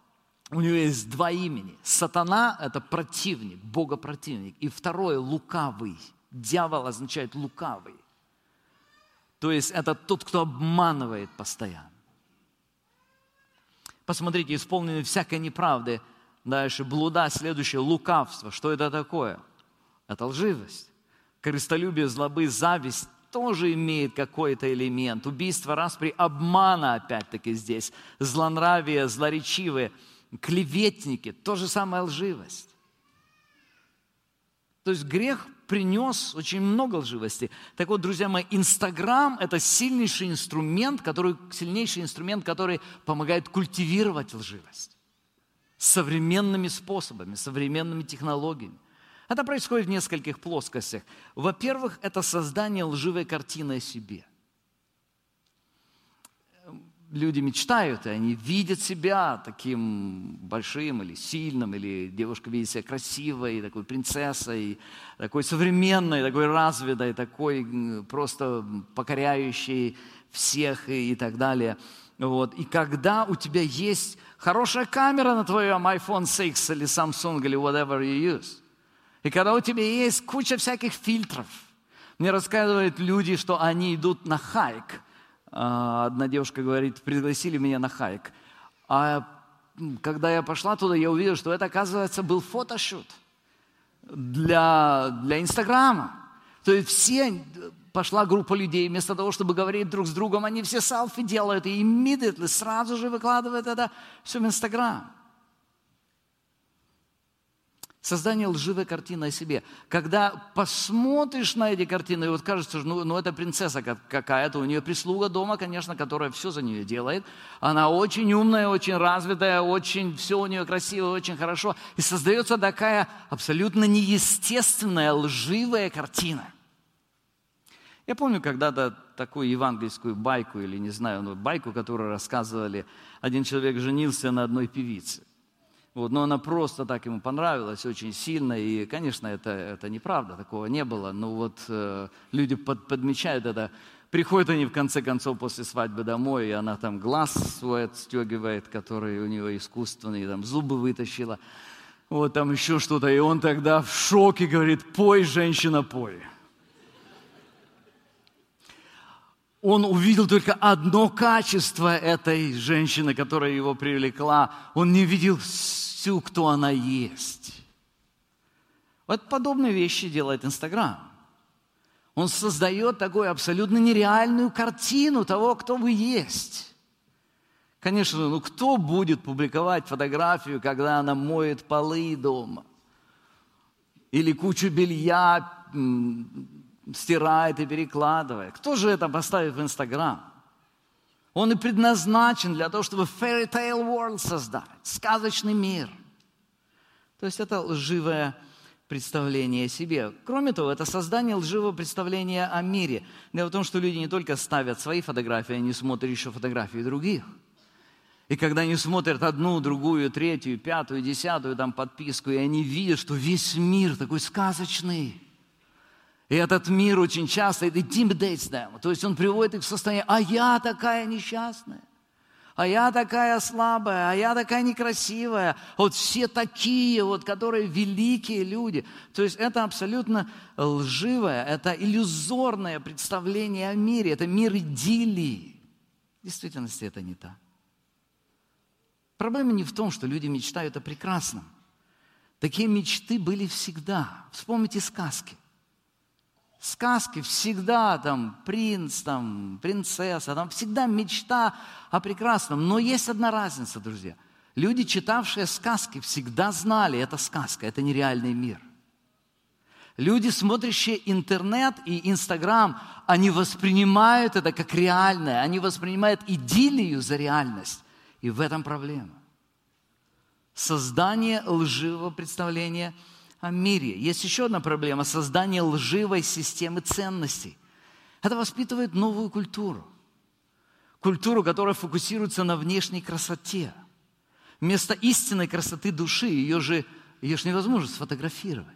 у него есть два имени. Сатана – это противник, богопротивник. И второе – лукавый. Дьявол означает лукавый. То есть это тот, кто обманывает постоянно. Посмотрите, исполнены всякой неправды. Дальше блуда, следующее – лукавство. Что это такое? Это лживость. Корыстолюбие, злобы, зависть тоже имеет какой-то элемент. Убийство, распри, обмана опять-таки здесь. Злонравие, злоречивые, клеветники. То же самое лживость. То есть грех принес очень много лживости. Так вот, друзья мои, Инстаграм – это сильнейший инструмент, который помогает культивировать лживость. Современными способами, современными технологиями. Это происходит в нескольких плоскостях. Во-первых, это создание лживой картины о себе. Люди мечтают, и они видят себя таким большим или сильным, или девушка видит себя красивой, такой принцессой, такой современной, такой развитой, такой просто покоряющей всех и так далее. Вот. И когда у тебя есть хорошая камера на твоем iPhone 6 или Samsung или whatever you use, и когда у тебя есть куча всяких фильтров, мне рассказывают люди, что они идут на хайк. Одна девушка говорит, пригласили меня на хайк. А когда я пошла туда, я увидела, что это, оказывается, был фотошут для Инстаграма. То есть пошла группа людей, вместо того, чтобы говорить друг с другом, они все селфи делают и immediately сразу же выкладывают это все в Инстаграм. Создание лживой картины о себе. Когда посмотришь на эти картины, и вот кажется, ну это принцесса какая-то, у нее прислуга дома, конечно, которая все за нее делает. Она очень умная, очень развитая, все у нее красиво, очень хорошо. И создается такая абсолютно неестественная, лживая картина. Я помню когда-то такую евангельскую байку, или не знаю, байку, которую рассказывали. Один человек женился на одной певице. Вот, но она просто так ему понравилась очень сильно, и, конечно, это неправда, такого не было. Но вот люди подмечают это. Приходят они, в конце концов, после свадьбы домой, и она там глаз свой отстегивает, который у нее искусственный, там зубы вытащила, вот там еще что-то. И он тогда в шоке говорит: «Пой, женщина, пой». Он увидел только одно качество этой женщины, которая его привлекла. Он не видел всю, кто она есть. Вот подобные вещи делает Инстаграм. Он создает такую абсолютно нереальную картину того, кто вы есть. Конечно, кто будет публиковать фотографию, когда она моет полы дома? Или кучу белья стирает и перекладывает. Кто же это поставит в Инстаграм? Он и предназначен для того, чтобы fairy tale world создать, сказочный мир. То есть это лживое представление о себе. Кроме того, это создание лживого представления о мире. Дело в том, что люди не только ставят свои фотографии, они смотрят еще фотографии других. И когда они смотрят одну, другую, третью, пятую, десятую там подписку, и они видят, что весь мир такой сказочный. И этот мир очень часто intimidates them. То есть он приводит их в состояние: а я такая несчастная, а я такая слабая, а я такая некрасивая. Вот все такие, вот, которые великие люди. То есть это абсолютно лживое, это иллюзорное представление о мире. Это мир идиллии. В действительности это не так. Проблема не в том, что люди мечтают о прекрасном. Такие мечты были всегда. Вспомните сказки. Сказки всегда там принц, там принцесса, там всегда мечта о прекрасном. Но есть одна разница, друзья. Люди, читавшие сказки, всегда знали, это сказка, это нереальный мир. Люди, смотрящие интернет и Инстаграм, они воспринимают это как реальное, они воспринимают идиллию за реальность. И в этом проблема. Создание лживого представления о мире. Есть еще одна проблема – создание лживой системы ценностей. Это воспитывает новую культуру. Культуру, которая фокусируется на внешней красоте. Вместо истинной красоты души ее же невозможно сфотографировать.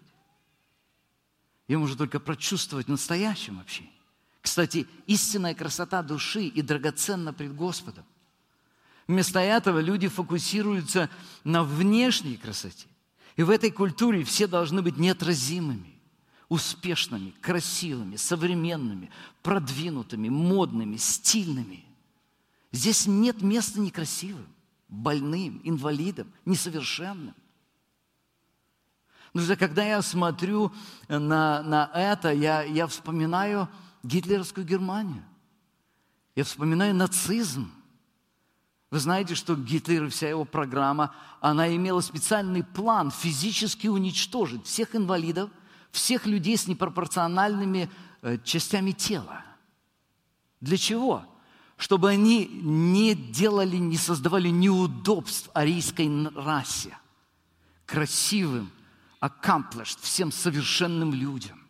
Ее можно только прочувствовать в настоящем общении. Кстати, истинная красота души и драгоценна пред Господом. Вместо этого люди фокусируются на внешней красоте. И в этой культуре все должны быть неотразимыми, успешными, красивыми, современными, продвинутыми, модными, стильными. Здесь нет места некрасивым, больным, инвалидам, несовершенным. Друзья, когда я смотрю на это, я вспоминаю гитлеровскую Германию. Я вспоминаю нацизм. Вы знаете, что Гитлер и вся его программа, она имела специальный план физически уничтожить всех инвалидов, всех людей с непропорциональными частями тела. Для чего? Чтобы они не создавали неудобств арийской расе, красивым, accomplished, всем совершенным людям.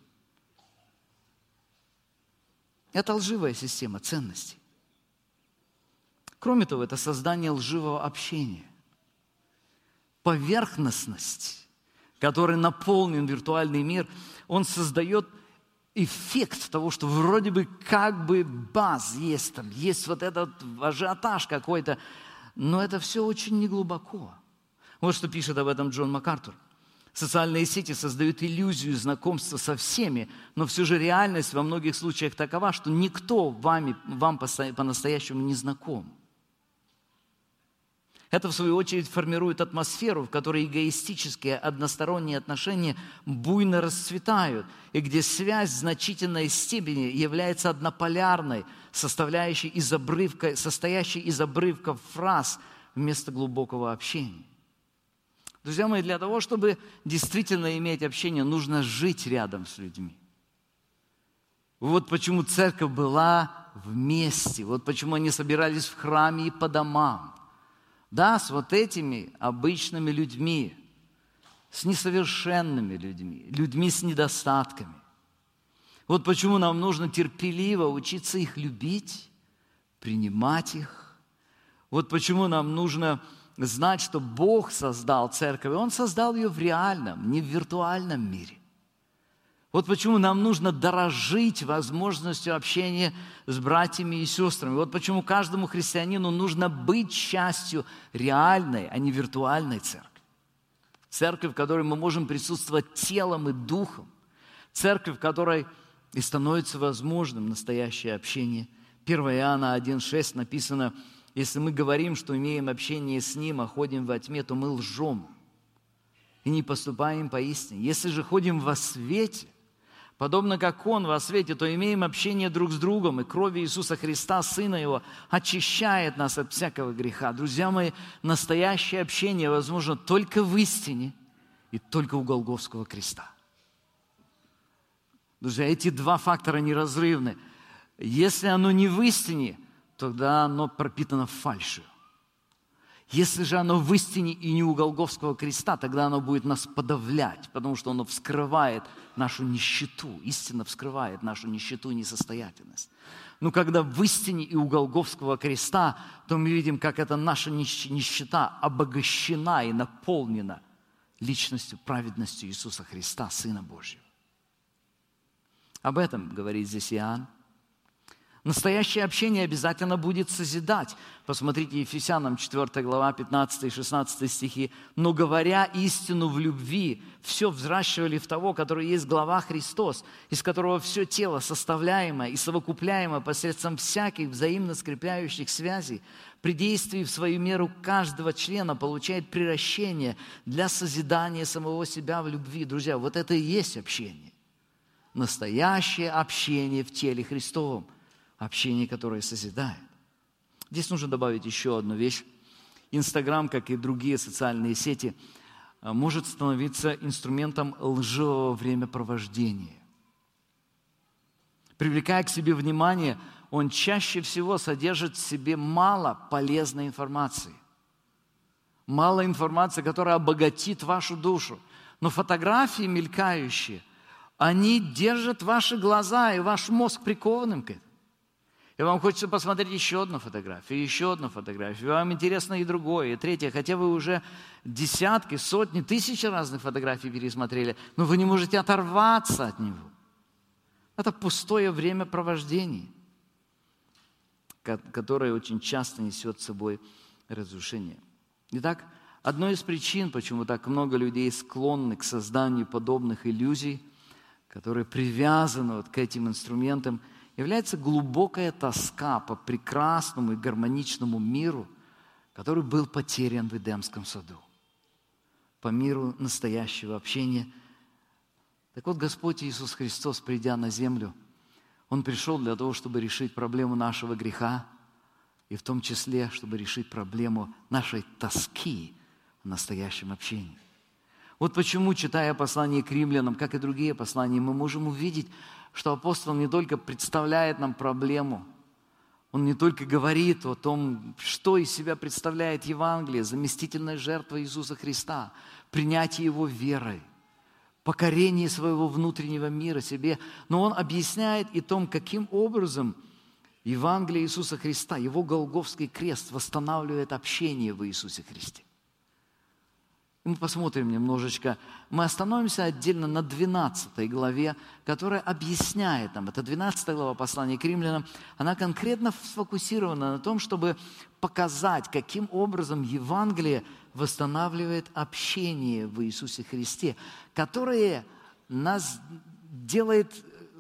Это лживая система ценностей. Кроме того, это создание лживого общения. Поверхностность, которой наполнен виртуальный мир, он создает эффект того, что вроде бы как бы баз есть там, есть вот этот ажиотаж какой-то, но это все очень неглубоко. Вот что пишет об этом Джон МакАртур. Социальные сети создают иллюзию знакомства со всеми, но все же реальность во многих случаях такова, что никто вам по-настоящему не знаком. Это, в свою очередь, формирует атмосферу, в которой эгоистические односторонние отношения буйно расцветают, и где связь в значительной степени является однополярной, состоящей из обрывков фраз вместо глубокого общения. Друзья мои, для того, чтобы действительно иметь общение, нужно жить рядом с людьми. Вот почему церковь была вместе, вот почему они собирались в храме и по домам. Да, с вот этими обычными людьми, с несовершенными людьми, людьми с недостатками. Вот почему нам нужно терпеливо учиться их любить, принимать их. Вот почему нам нужно знать, что Бог создал церковь, и Он создал ее в реальном, не в виртуальном мире. Вот почему нам нужно дорожить возможностью общения с братьями и сестрами. Вот почему каждому христианину нужно быть частью реальной, а не виртуальной церкви. Церковь, в которой мы можем присутствовать телом и духом. Церковь, в которой и становится возможным настоящее общение. 1 Иоанна 1,6 написано: если мы говорим, что имеем общение с Ним, а ходим во тьме, то мы лжем и не поступаем поистине. Если же ходим во свете, подобно как Он во свете, то имеем общение друг с другом, и кровь Иисуса Христа, Сына Его, очищает нас от всякого греха. Друзья мои, настоящее общение возможно только в истине и только у Голгофского креста. Друзья, эти два фактора неразрывны. Если оно не в истине, тогда оно пропитано фальшью. Если же оно в истине и не у Голгофского креста, тогда оно будет нас подавлять, потому что оно вскрывает нашу нищету. Истина вскрывает нашу нищету и несостоятельность. Но когда в истине и у Голгофского креста, то мы видим, как эта наша нищета обогащена и наполнена личностью, праведностью Иисуса Христа, Сына Божьего. Об этом говорит здесь Иоанн. Настоящее общение обязательно будет созидать. Посмотрите Ефесянам 4 глава, 15 и 16 стихи. «Но, говоря истину в любви, все взращивали в того, который есть глава Христос, из которого все тело составляемое и совокупляемое посредством всяких взаимно скрепляющих связей, при действии в свою меру каждого члена получает приращение для созидания самого себя в любви». Друзья, вот это и есть общение. Настоящее общение в теле Христовом. Общение, которое созидает. Здесь нужно добавить еще одну вещь. Инстаграм, как и другие социальные сети, может становиться инструментом лживого времяпровождения. Привлекая к себе внимание, он чаще всего содержит в себе мало полезной информации. Мало информации, которая обогатит вашу душу. Но фотографии мелькающие, они держат ваши глаза и ваш мозг прикованным к этому. И вам хочется посмотреть еще одну фотографию, и вам интересно и другое, и третье. Хотя вы уже десятки, сотни, тысячи разных фотографий пересмотрели, но вы не можете оторваться от него. Это пустое времяпровождение, которое очень часто несет с собой разрушения. Итак, одной из причин, почему так много людей склонны к созданию подобных иллюзий, которые привязаны вот к этим инструментам, является глубокая тоска по прекрасному и гармоничному миру, который был потерян в Эдемском саду, по миру настоящего общения. Так вот, Господь Иисус Христос, придя на землю, Он пришел для того, чтобы решить проблему нашего греха, и в том числе, чтобы решить проблему нашей тоски в настоящем общении. Вот почему, читая послание к римлянам, как и другие послания, мы можем увидеть, что апостол не только представляет нам проблему, он не только говорит о том, что из себя представляет Евангелие, заместительная жертва Иисуса Христа, принятие Его верой, покорение своего внутреннего мира себе, но он объясняет и том, каким образом Евангелие Иисуса Христа, Его Голгофский крест восстанавливает общение в Иисусе Христе. И мы посмотрим немножечко, мы остановимся отдельно на 12 главе, которая объясняет нам, это 12 глава послания к римлянам, она конкретно сфокусирована на том, чтобы показать, каким образом Евангелие восстанавливает общение в Иисусе Христе, которое нас делает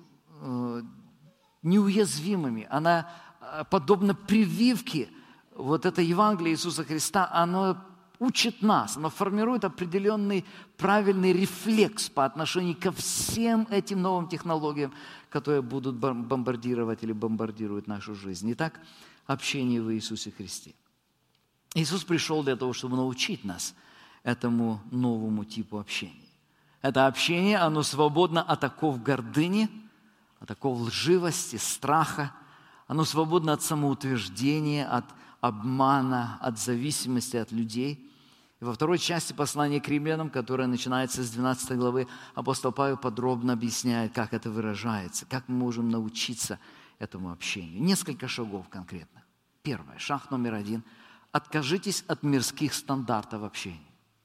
неуязвимыми. Она, подобно прививке, вот это Евангелие Иисуса Христа, оно учит нас, оно формирует определенный правильный рефлекс по отношению ко всем этим новым технологиям, которые будут бомбардировать или бомбардируют нашу жизнь. Итак, общение в Иисусе Христе. Иисус пришел для того, чтобы научить нас этому новому типу общения. Это общение, оно свободно от оков гордыни, от оков лживости, страха. Оно свободно от самоутверждения, от обмана, от зависимости от людей. И во второй части послания к римлянам, которая начинается с 12 главы, апостол Павел подробно объясняет, как это выражается, как мы можем научиться этому общению. Несколько шагов конкретно. Первое, шаг номер 1. Откажитесь от мирских стандартов общения.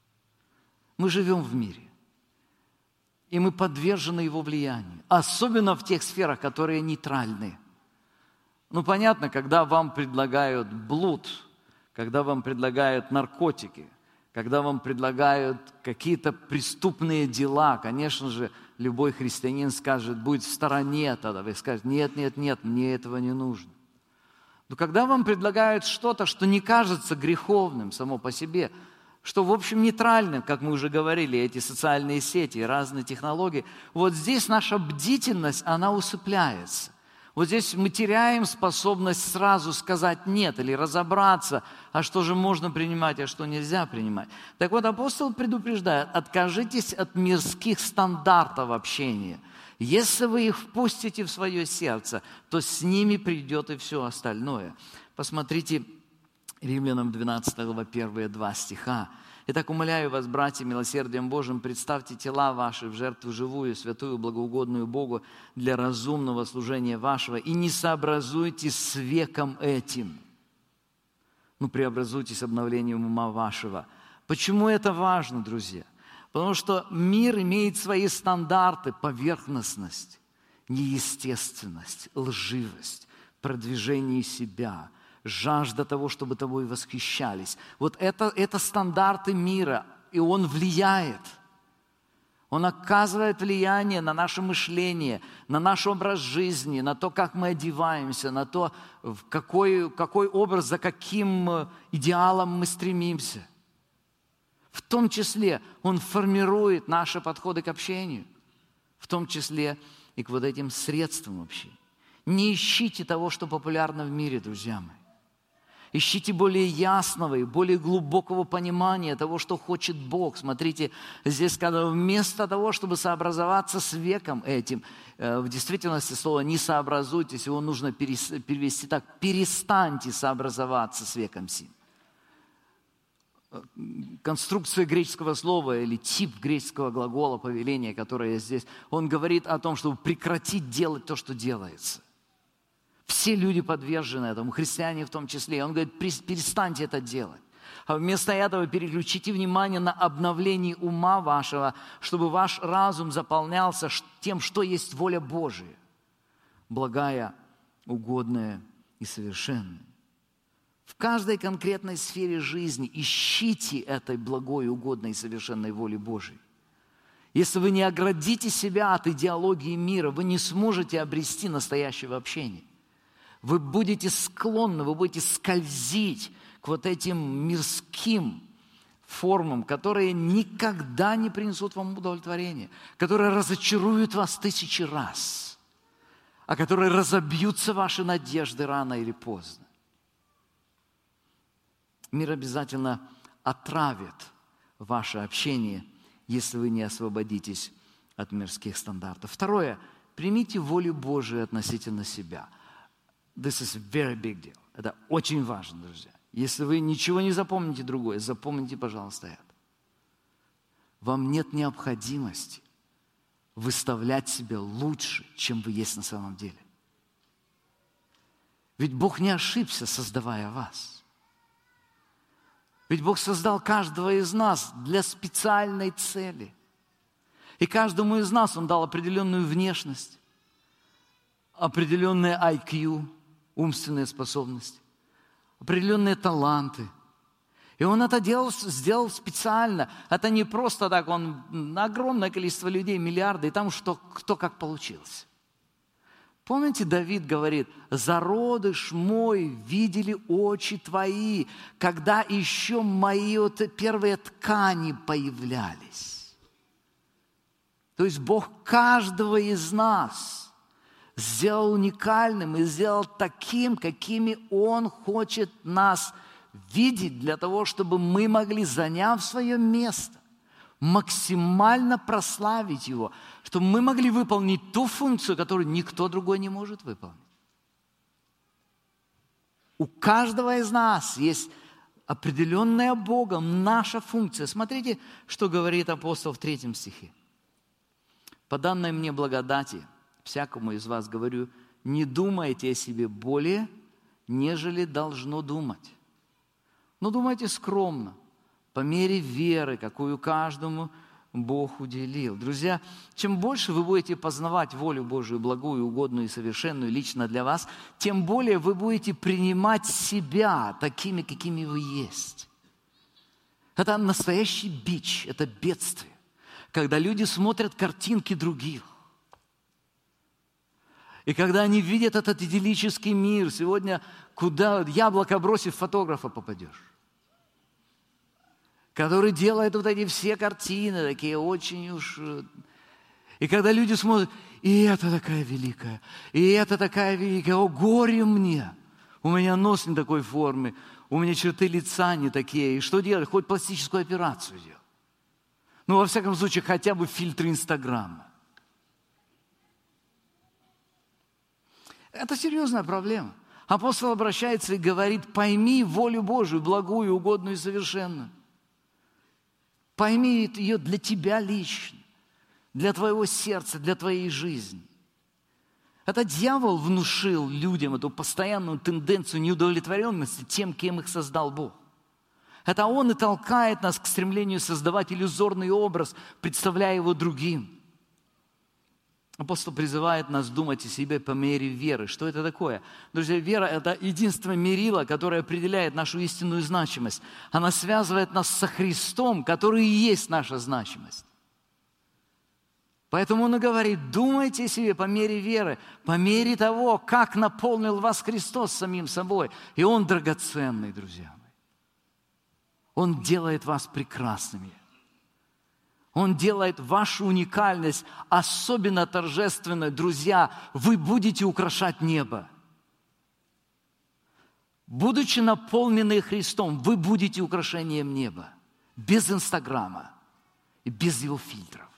Мы живем в мире. И мы подвержены его влиянию, особенно в тех сферах, которые нейтральны. Ну, понятно, когда вам предлагают блуд, когда вам предлагают наркотики, когда вам предлагают какие-то преступные дела, конечно же, любой христианин скажет, будет в стороне тогда, вы скажете, нет, мне этого не нужно. Но когда вам предлагают что-то, что не кажется греховным само по себе, что, в общем, нейтральным, как мы уже говорили, эти социальные сети, разные технологии, вот здесь наша бдительность, она усыпляется. Вот здесь мы теряем способность сразу сказать «нет» или разобраться, а что же можно принимать, а что нельзя принимать. Так вот, апостол предупреждает, откажитесь от мирских стандартов общения. Если вы их впустите в свое сердце, то с ними придет и все остальное. Посмотрите, Римлянам 12 глава, первые 2 стиха. «Итак, умоляю вас, братья, милосердием Божьим, представьте тела ваши в жертву живую, святую, благоугодную Богу для разумного служения вашего, и не сообразуйтесь с веком этим, но преобразуйтесь обновлением ума вашего». Почему это важно, друзья? Потому что мир имеет свои стандарты: поверхностность, неестественность, лживость, продвижение себя, жажда того, чтобы тобой восхищались. Вот это стандарты мира, и он влияет. Он оказывает влияние на наше мышление, на наш образ жизни, на то, как мы одеваемся, на то, в какой образ, за каким идеалом мы стремимся. В том числе он формирует наши подходы к общению, в том числе и к вот этим средствам общения. Не ищите того, что популярно в мире, друзья мои. Ищите более ясного и более глубокого понимания того, что хочет Бог. Смотрите, здесь сказано, вместо того, чтобы сообразоваться с веком этим, в действительности слово «не сообразуйтесь», его нужно перевести так: «перестаньте сообразоваться с веком сим». Конструкция греческого слова или тип греческого глагола повеления, которое здесь, он говорит о том, чтобы прекратить делать то, что делается. Все люди подвержены этому, христиане в том числе. Он говорит, перестаньте это делать. А вместо этого переключите внимание на обновление ума вашего, чтобы ваш разум заполнялся тем, что есть воля Божия, благая, угодная и совершенная. В каждой конкретной сфере жизни ищите этой благой, угодной и совершенной воли Божией. Если вы не оградите себя от идеологии мира, вы не сможете обрести настоящего общения. Вы будете склонны, вы будете скользить к вот этим мирским формам, которые никогда не принесут вам удовлетворения, которые разочаруют вас 1000 раз, а которые разобьются ваши надежды рано или поздно. Мир обязательно отравит ваше общение, если вы не освободитесь от мирских стандартов. Второе. Примите волю Божию относительно себя. This is a very big deal. Это очень важно, друзья. Если вы ничего не запомните другое, запомните, пожалуйста, это. Вам нет необходимости выставлять себя лучше, чем вы есть на самом деле. Ведь Бог не ошибся, создавая вас. Ведь Бог создал каждого из нас для специальной цели. И каждому из нас Он дал определенную внешность, определенные IQ, умственные способности, определенные таланты. И Он это сделал специально. Это не просто так, огромное количество людей, миллиарды, и там кто как получился. Помните, Давид говорит: «Зародыш мой видели очи твои, когда еще мои первые ткани появлялись». То есть Бог каждого из нас сделал уникальным и сделал таким, какими Он хочет нас видеть, для того, чтобы мы могли, заняв свое место, максимально прославить Его, чтобы мы могли выполнить ту функцию, которую никто другой не может выполнить. У каждого из нас есть определенная Богом наша функция. Смотрите, что говорит апостол в 3 стихе. «По данной мне благодати, всякому из вас говорю, не думайте о себе более, нежели должно думать. Но думайте скромно, по мере веры, какую каждому Бог уделил». Друзья, чем больше вы будете познавать волю Божию, благую, угодную и совершенную лично для вас, тем более вы будете принимать себя такими, какими вы есть. Это настоящий бич, это бедствие, когда люди смотрят картинки других. И когда они видят этот идиллический мир, сегодня куда яблоко бросив, фотографа попадешь, который делает вот эти все картины, такие очень уж... И когда люди смотрят, и это такая великая, и это такая великая, о, горе мне, у меня нос не такой формы, у меня черты лица не такие, и что делать? Хоть пластическую операцию делать. Ну, во всяком случае, хотя бы фильтры Инстаграма. Это серьезная проблема. Апостол обращается и говорит: пойми волю Божию, благую, угодную и совершенную. Пойми ее для тебя лично, для твоего сердца, для твоей жизни. Это дьявол внушил людям эту постоянную тенденцию неудовлетворенности тем, кем их создал Бог. Это он и толкает нас к стремлению создавать иллюзорный образ, представляя его другим. Апостол призывает нас думать о себе по мере веры. Что это такое? Друзья, вера – это единственное мерило, которое определяет нашу истинную значимость. Она связывает нас со Христом, который и есть наша значимость. Поэтому он и говорит: думайте о себе по мере веры, по мере того, как наполнил вас Христос самим собой. И Он драгоценный, друзья мои. Он делает вас прекрасными. Он делает вашу уникальность особенно торжественной. Друзья, вы будете украшать небо. Будучи наполнены Христом, вы будете украшением неба. Без Инстаграма и без его фильтров.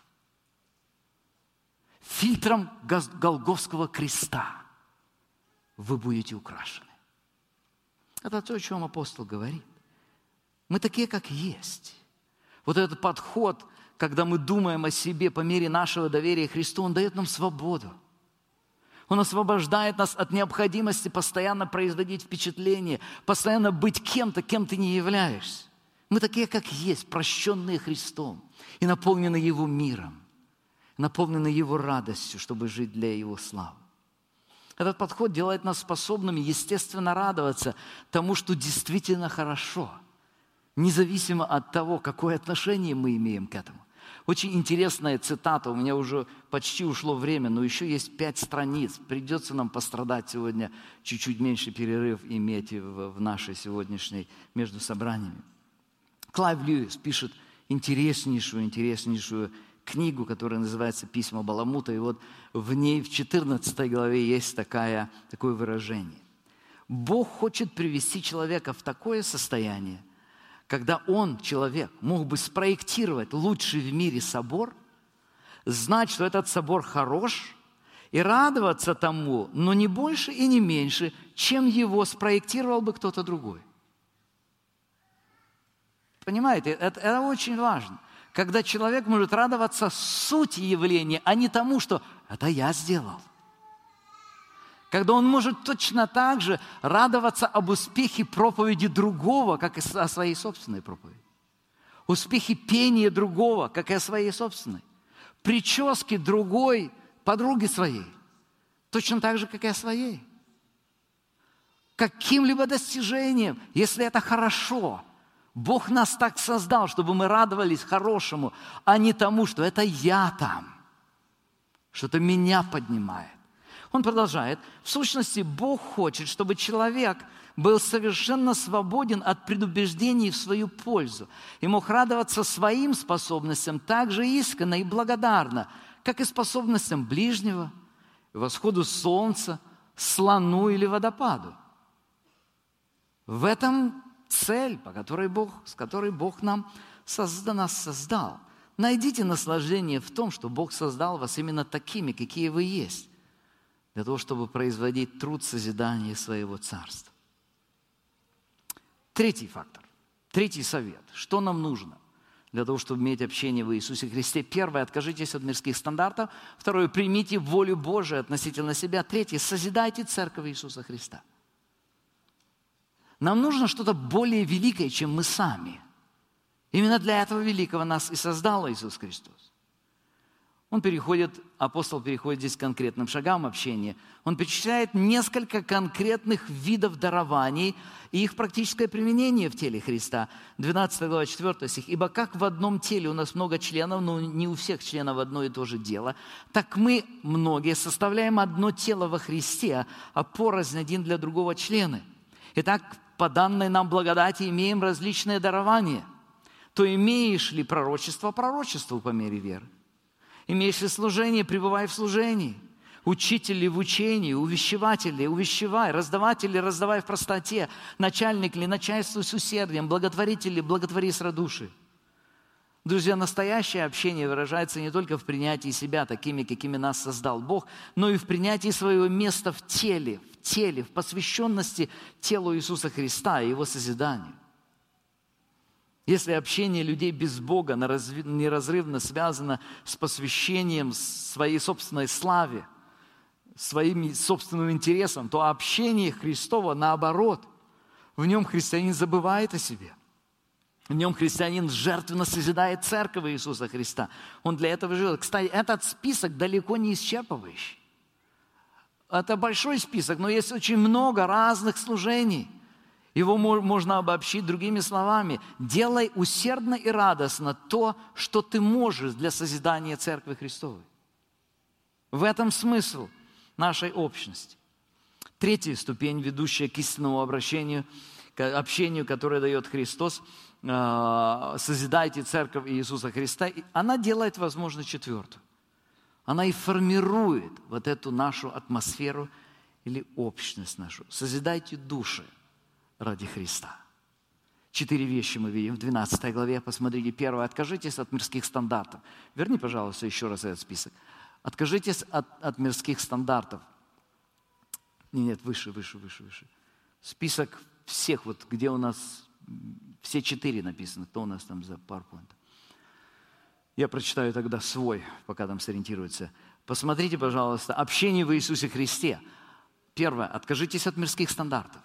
Фильтром Голгофского креста вы будете украшены. Это то, о чем апостол говорит. Мы такие, как есть. Вот этот подход, когда мы думаем о себе по мере нашего доверия Христу, Он дает нам свободу. Он освобождает нас от необходимости постоянно производить впечатление, постоянно быть кем-то, кем ты не являешься. Мы такие, как есть, прощенные Христом и наполнены Его миром, наполнены Его радостью, чтобы жить для Его славы. Этот подход делает нас способными, естественно, радоваться тому, что действительно хорошо, независимо от того, какое отношение мы имеем к этому. Очень интересная цитата, у меня уже почти ушло время, но еще есть 5 страниц. Придется нам пострадать сегодня, чуть-чуть меньше перерыв иметь в нашей сегодняшней между собраниями. Клайв Льюис пишет интереснейшую книгу, которая называется «Письма Баламута». И вот в ней, в 14 главе, есть такое выражение. Бог хочет привести человека в такое состояние, когда он, человек, мог бы спроектировать лучший в мире собор, знать, что этот собор хорош, и радоваться тому, но не больше и не меньше, чем его спроектировал бы кто-то другой. Понимаете, это очень важно. Когда человек может радоваться сути явления, а не тому, что это я сделал. Когда он может точно так же радоваться об успехе проповеди другого, как и о своей собственной проповеди. Успехе пения другого, как и о своей собственной. Прически другой подруги своей, точно так же, как и о своей. Каким-либо достижением, если это хорошо. Бог нас так создал, чтобы мы радовались хорошему, а не тому, что это я там, что-то меня поднимает. Он продолжает. В сущности, Бог хочет, чтобы человек был совершенно свободен от предубеждений в свою пользу и мог радоваться своим способностям так же искренне и благодарно, как и способностям ближнего, восходу солнца, слону или водопаду. В этом цель, с которой Бог нас создал. Найдите наслаждение в том, что Бог создал вас именно такими, какие вы есть, для того, чтобы производить труд созидания своего царства. Третий фактор, третий совет. Что нам нужно для того, чтобы иметь общение в Иисусе Христе? Первое, откажитесь от мирских стандартов. Второе, примите волю Божию относительно себя. Третье, созидайте церковь Иисуса Христа. Нам нужно что-то более великое, чем мы сами. Именно для этого великого нас и создал Иисус Христос. Апостол переходит здесь к конкретным шагам общения. Он перечисляет несколько конкретных видов дарований и их практическое применение в теле Христа. 12 глава, 4 стих. «Ибо как в одном теле у нас много членов, но не у всех членов одно и то же дело, так мы, многие, составляем одно тело во Христе, а порознь один для другого члены. Итак, по данной нам благодати имеем различные дарования. То имеешь ли пророчество, пророчеству по мере веры. Имеешь ли служение, пребывай в служении. Учитель ли в учении, увещеватель ли, увещевай. Раздаватель ли, раздавай в простоте. Начальник ли, начальствуй с усердием. Благотворитель ли, благотвори с радушием». Друзья, настоящее общение выражается не только в принятии себя такими, какими нас создал Бог, но и в принятии своего места в теле, в посвященности телу Иисуса Христа и Его созиданию. Если общение людей без Бога неразрывно связано с посвящением своей собственной славе, своим собственным интересам, то общение Христово наоборот. В нем христианин забывает о себе. В нем христианин жертвенно созидает церковь Иисуса Христа. Он для этого живет. Кстати, этот список далеко не исчерпывающий. Это большой список, но есть очень много разных служений. Его можно обобщить другими словами. Делай усердно и радостно то, что ты можешь для созидания Церкви Христовой. В этом смысл нашей общности. Третья ступень, ведущая к истинному обращению, к общению, которое дает Христос, созидайте Церковь Иисуса Христа, она делает, возможно, четвертую. Она и формирует вот эту нашу атмосферу или общность нашу. Созидайте души ради Христа. 4 вещи мы видим в 12 главе. Посмотрите, первое. Откажитесь от мирских стандартов. Верни, пожалуйста, еще раз этот список. Откажитесь от мирских стандартов. Нет, выше. Список всех, вот где у нас все 4 написаны. Кто у нас там за PowerPoint? Я прочитаю тогда свой, пока там сориентируется. Посмотрите, пожалуйста, общение в Иисусе Христе. Первое. Откажитесь от мирских стандартов.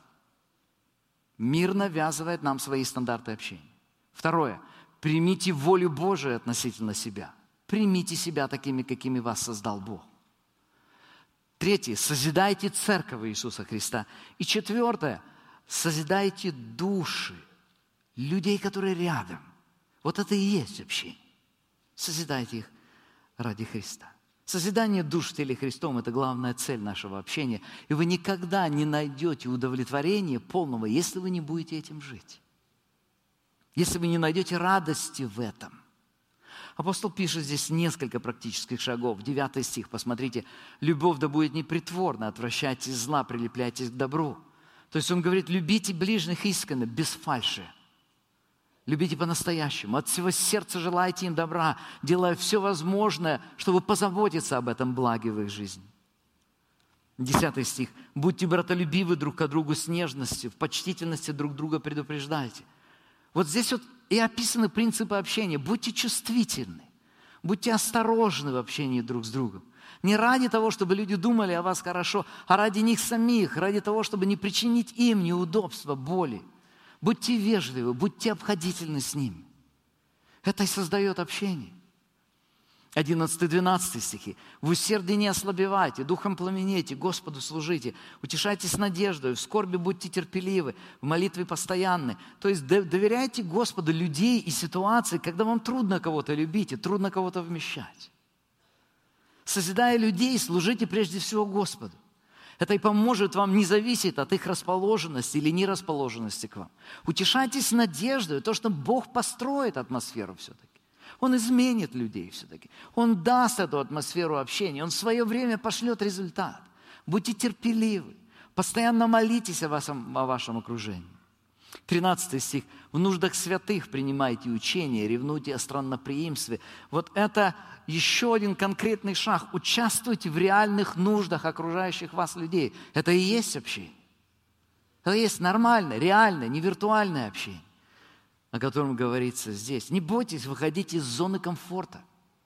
Мир навязывает нам свои стандарты общения. Второе. Примите волю Божию относительно себя. Примите себя такими, какими вас создал Бог. Третье, созидайте церковь Иисуса Христа. И четвертое, созидайте души людей, которые рядом. Вот это и есть общение. Созидайте их ради Христа. Созидание душ в теле Христом – это главная цель нашего общения. И вы никогда не найдете удовлетворения полного, если вы не будете этим жить. Если вы не найдете радости в этом. Апостол пишет здесь несколько практических шагов. 9 стих, посмотрите. «Любовь да будет непритворна, отвращайтесь зла, прилепляйтесь к добру». То есть он говорит, любите ближних искренне, без фальши. Любите по-настоящему, от всего сердца желайте им добра, делая все возможное, чтобы позаботиться об этом благе в их жизни. 10 стих. «Будьте братолюбивы друг к другу с нежностью, в почтительности друг друга предупреждайте». Вот здесь вот и описаны принципы общения. Будьте чувствительны, будьте осторожны в общении друг с другом. Не ради того, чтобы люди думали о вас хорошо, а ради них самих, ради того, чтобы не причинить им неудобства, боли. Будьте вежливы, будьте обходительны с ними. Это и создает общение. 11-12 стихи. «В усердии не ослабевайте, духом пламенейте, Господу служите, утешайтесь надеждой, в скорби будьте терпеливы, в молитве постоянны». То есть доверяйте Господу людей и ситуации, когда вам трудно кого-то любить и трудно кого-то вмещать. Созидая людей, служите прежде всего Господу. Это и поможет вам не зависеть от их расположенности или нерасположенности к вам. Утешайтесь надеждой, то, что Бог построит атмосферу все-таки. Он изменит людей все-таки. Он даст эту атмосферу общения. Он в свое время пошлет результат. Будьте терпеливы. Постоянно молитесь о вашем окружении. 13 стих. «В нуждах святых принимайте учения, ревнуйте о странноприимстве». Вот это еще один конкретный шаг. Участвуйте в реальных нуждах окружающих вас людей. Это и есть общение. Это и есть нормальное, реальное, не виртуальное общение, о котором говорится здесь. Не бойтесь выходить из зоны комфорта.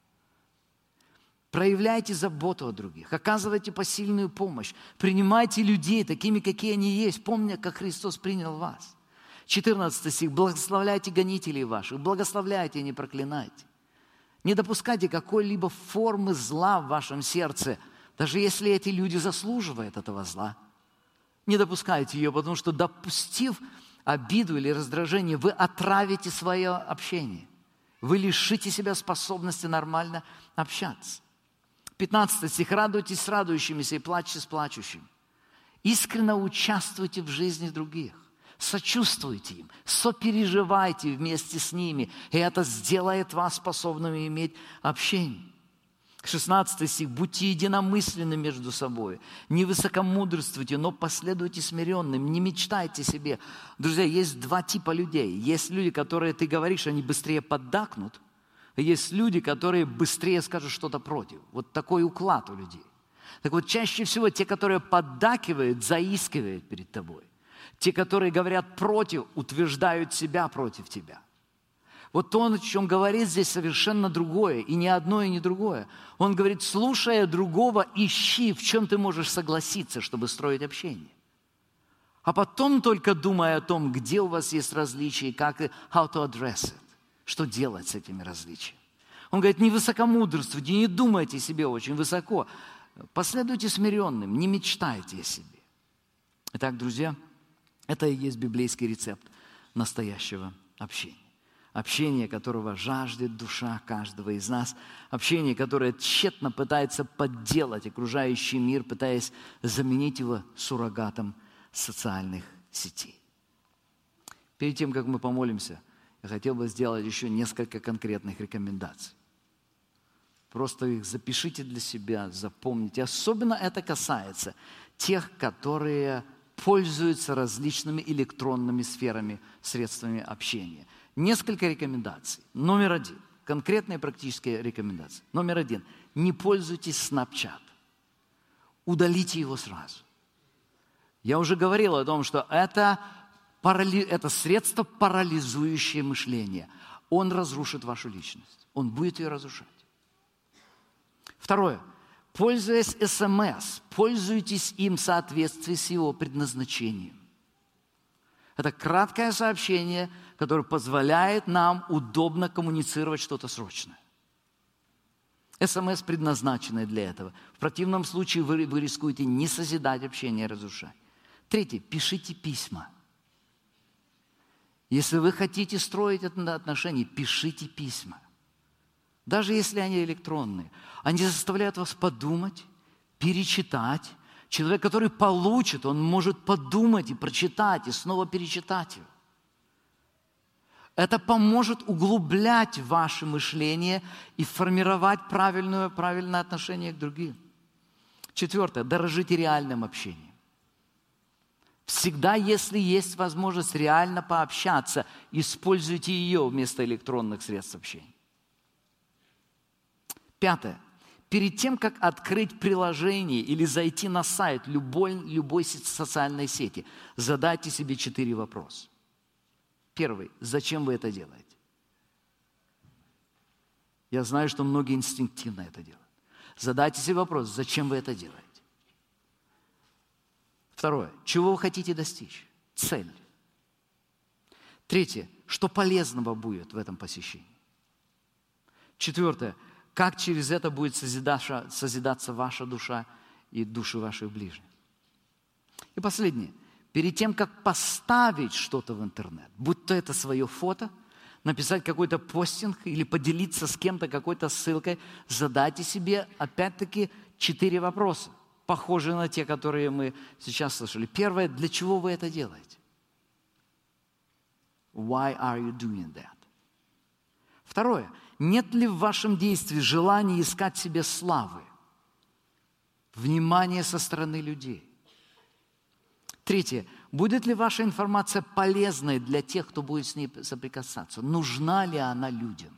Проявляйте заботу о других, оказывайте посильную помощь, принимайте людей такими, какие они есть, помня, как Христос принял вас. 14 стих. «Благословляйте гонителей ваших, благословляйте, не проклинайте». Не допускайте какой-либо формы зла в вашем сердце, даже если эти люди заслуживают этого зла. Не допускайте ее, потому что, допустив обиду или раздражение, вы отравите свое общение. Вы лишите себя способности нормально общаться. 15 стих. «Радуйтесь с радующимися и плачьте с плачущими». Искренне участвуйте в жизни других. Сочувствуйте им, сопереживайте вместе с ними, и это сделает вас способными иметь общение. 16 стих. «Будьте единомысленны между собой, не высокомудрствуйте, но последуйте смиренным, не мечтайте себе». Друзья, есть два типа людей. Есть люди, которые ты говоришь, они быстрее поддакнут, и есть люди, которые быстрее скажут что-то против. Вот такой уклад у людей. Так вот, чаще всего те, которые поддакивают, заискивают перед тобой. Те, которые говорят против, утверждают себя против тебя. Вот то, о чем говорит здесь, совершенно другое. И не одно, и не другое. Он говорит, слушая другого, ищи, в чем ты можешь согласиться, чтобы строить общение. А потом только думай о том, где у вас есть различия, и как, how to address it. Что делать с этими различиями. Он говорит, не высокомудрствуйте, не думайте себе очень высоко. Последуйте смиренным, не мечтайте о себе. Итак, друзья, это и есть библейский рецепт настоящего общения. Общение, которого жаждет душа каждого из нас. Общение, которое тщетно пытается подделать окружающий мир, пытаясь заменить его суррогатом социальных сетей. Перед тем, как мы помолимся, я хотел бы сделать еще несколько конкретных рекомендаций. Просто их запишите для себя, запомните. Особенно это касается тех, которые пользуются различными электронными сферами, средствами общения. Несколько рекомендаций. Номер 1. Конкретные практические рекомендации. Номер 1. Не пользуйтесь Snapchat. Удалите его сразу. Я уже говорил о том, что это средство, парализующее мышление. Он разрушит вашу личность. Он будет ее разрушать. Второе. Пользуясь СМС, пользуйтесь им в соответствии с его предназначением. Это краткое сообщение, которое позволяет нам удобно коммуницировать что-то срочное. СМС предназначены для этого. В противном случае вы рискуете не созидать общение, а разрушать. Третье. Пишите письма. Если вы хотите строить отношения, пишите письма. Даже если они электронные. Они заставляют вас подумать, перечитать. Человек, который получит, он может подумать и прочитать, и снова перечитать его. Это поможет углублять ваше мышление и формировать правильное отношение к другим. Четвертое. Дорожите реальным общением. Всегда, если есть возможность реально пообщаться, используйте ее вместо электронных средств общения. Пятое. Перед тем, как открыть приложение или зайти на сайт любой социальной сети, задайте себе 4 вопроса. Первый. Зачем вы это делаете? Я знаю, что многие инстинктивно это делают. Задайте себе вопрос, зачем вы это делаете? Второе. Чего вы хотите достичь? Цель. Третье. Что полезного будет в этом посещении? Четвертое. Как через это будет созидаться ваша душа и души ваших ближних? И последнее. Перед тем, как поставить что-то в интернет, будь то это свое фото, написать какой-то постинг или поделиться с кем-то какой-то ссылкой, задайте себе, опять-таки, 4 вопроса, похожие на те, которые мы сейчас слышали. Первое, для чего вы это делаете? Why are you doing that? Второе, нет ли в вашем действии желания искать себе славы, внимания со стороны людей? Третье, будет ли ваша информация полезной для тех, кто будет с ней соприкасаться? Нужна ли она людям?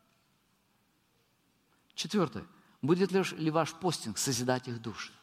Четвертое, будет ли ваш постинг созидать их души?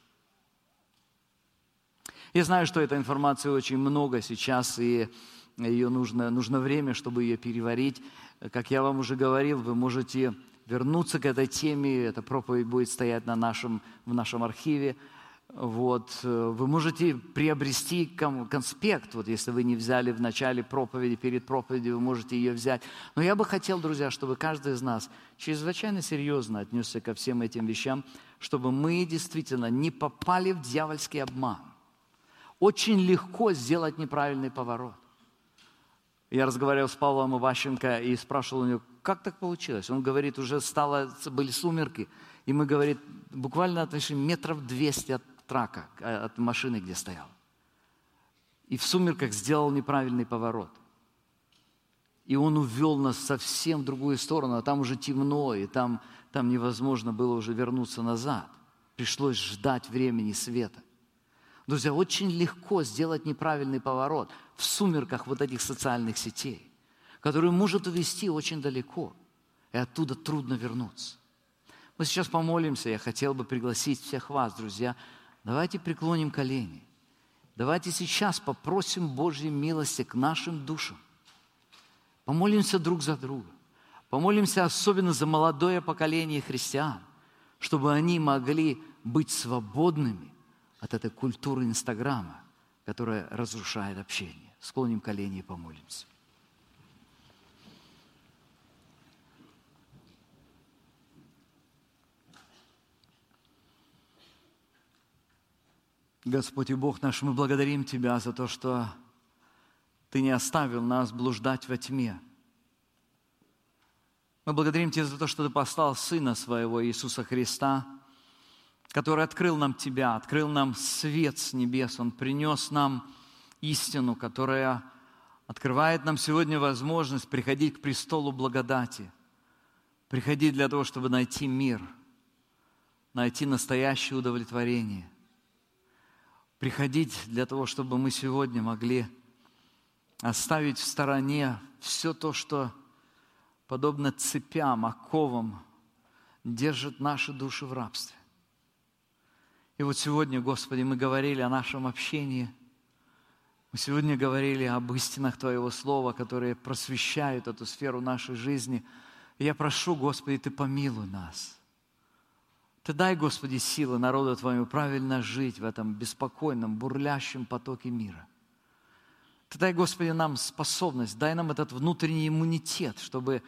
Я знаю, что этой информации очень много сейчас, и ее нужно время, чтобы ее переварить. Как я вам уже говорил, вы можете вернуться к этой теме, эта проповедь будет стоять в нашем архиве. Вы можете приобрести конспект, если вы не взяли в начале проповеди, перед проповедью, вы можете ее взять. Но я бы хотел, друзья, чтобы каждый из нас чрезвычайно серьезно отнесся ко всем этим вещам, чтобы мы действительно не попали в дьявольский обман. Очень легко сделать неправильный поворот. Я разговаривал с Павлом Иващенко и спрашивал у него, как так получилось? Он говорит, уже были сумерки, и мы, говорит, буквально отошли 200 метров от трака, от машины, где стоял. И в сумерках сделал неправильный поворот. И он увел нас совсем в другую сторону, а там уже темно, и там невозможно было уже вернуться назад. Пришлось ждать времени света. Друзья, очень легко сделать неправильный поворот в сумерках этих социальных сетей, который может увести очень далеко, и оттуда трудно вернуться. Мы сейчас помолимся, я хотел бы пригласить всех вас, друзья, давайте преклоним колени. Давайте сейчас попросим Божьей милости к нашим душам. Помолимся друг за друга. Помолимся особенно за молодое поколение христиан, чтобы они могли быть свободными от этой культуры Инстаграма, которая разрушает общение. Склоним колени и помолимся. Господь и Бог наш, мы благодарим Тебя за то, что Ты не оставил нас блуждать во тьме. Мы благодарим Тебя за то, что Ты послал Сына Своего, Иисуса Христа, который открыл нам Тебя, открыл нам свет с небес. Он принес нам истину, которая открывает нам сегодня возможность приходить к престолу благодати, приходить для того, чтобы найти мир, найти настоящее удовлетворение, приходить для того, чтобы мы сегодня могли оставить в стороне все то, что подобно цепям, оковам держит наши души в рабстве. И сегодня, Господи, мы говорили о нашем общении. Мы сегодня говорили об истинах Твоего Слова, которые просвещают эту сферу нашей жизни. И я прошу, Господи, Ты помилуй нас. Ты дай, Господи, силы народу Твоему правильно жить в этом беспокойном, бурлящем потоке мира. Ты дай, Господи, нам способность, дай нам этот внутренний иммунитет, чтобы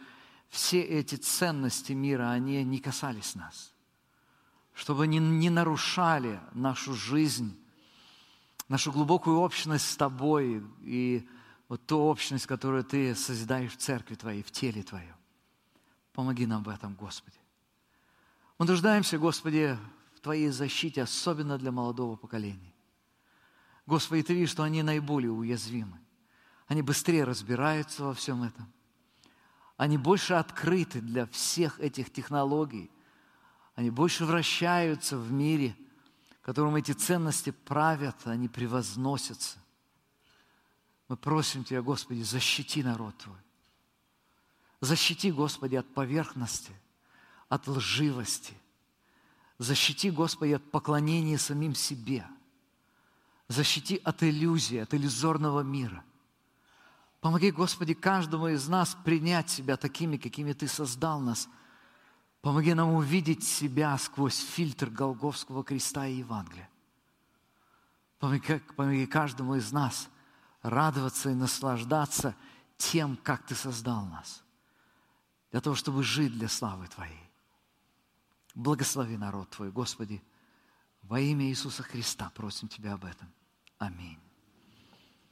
все эти ценности мира, они не касались нас. Чтобы они не нарушали нашу жизнь, нашу глубокую общность с Тобой и вот ту общность, которую Ты созидаешь в церкви Твоей, в теле Твоем. Помоги нам в этом, Господи. Мы нуждаемся, Господи, в Твоей защите, особенно для молодого поколения. Господи, Ты видишь, что они наиболее уязвимы. Они быстрее разбираются во всем этом. Они больше открыты для всех этих технологий. Они больше вращаются в мире, которым эти ценности правят, они превозносятся. Мы просим Тебя, Господи, защити народ Твой. Защити, Господи, от поверхности, от лживости. Защити, Господи, от поклонения самим себе. Защити от иллюзии, от иллюзорного мира. Помоги, Господи, каждому из нас принять себя такими, какими Ты создал нас. Помоги нам увидеть себя сквозь фильтр Голгофского креста и Евангелия. Помоги каждому из нас радоваться и наслаждаться тем, как Ты создал нас, для того, чтобы жить для славы Твоей. Благослови народ Твой, Господи, во имя Иисуса Христа просим Тебя об этом. Аминь.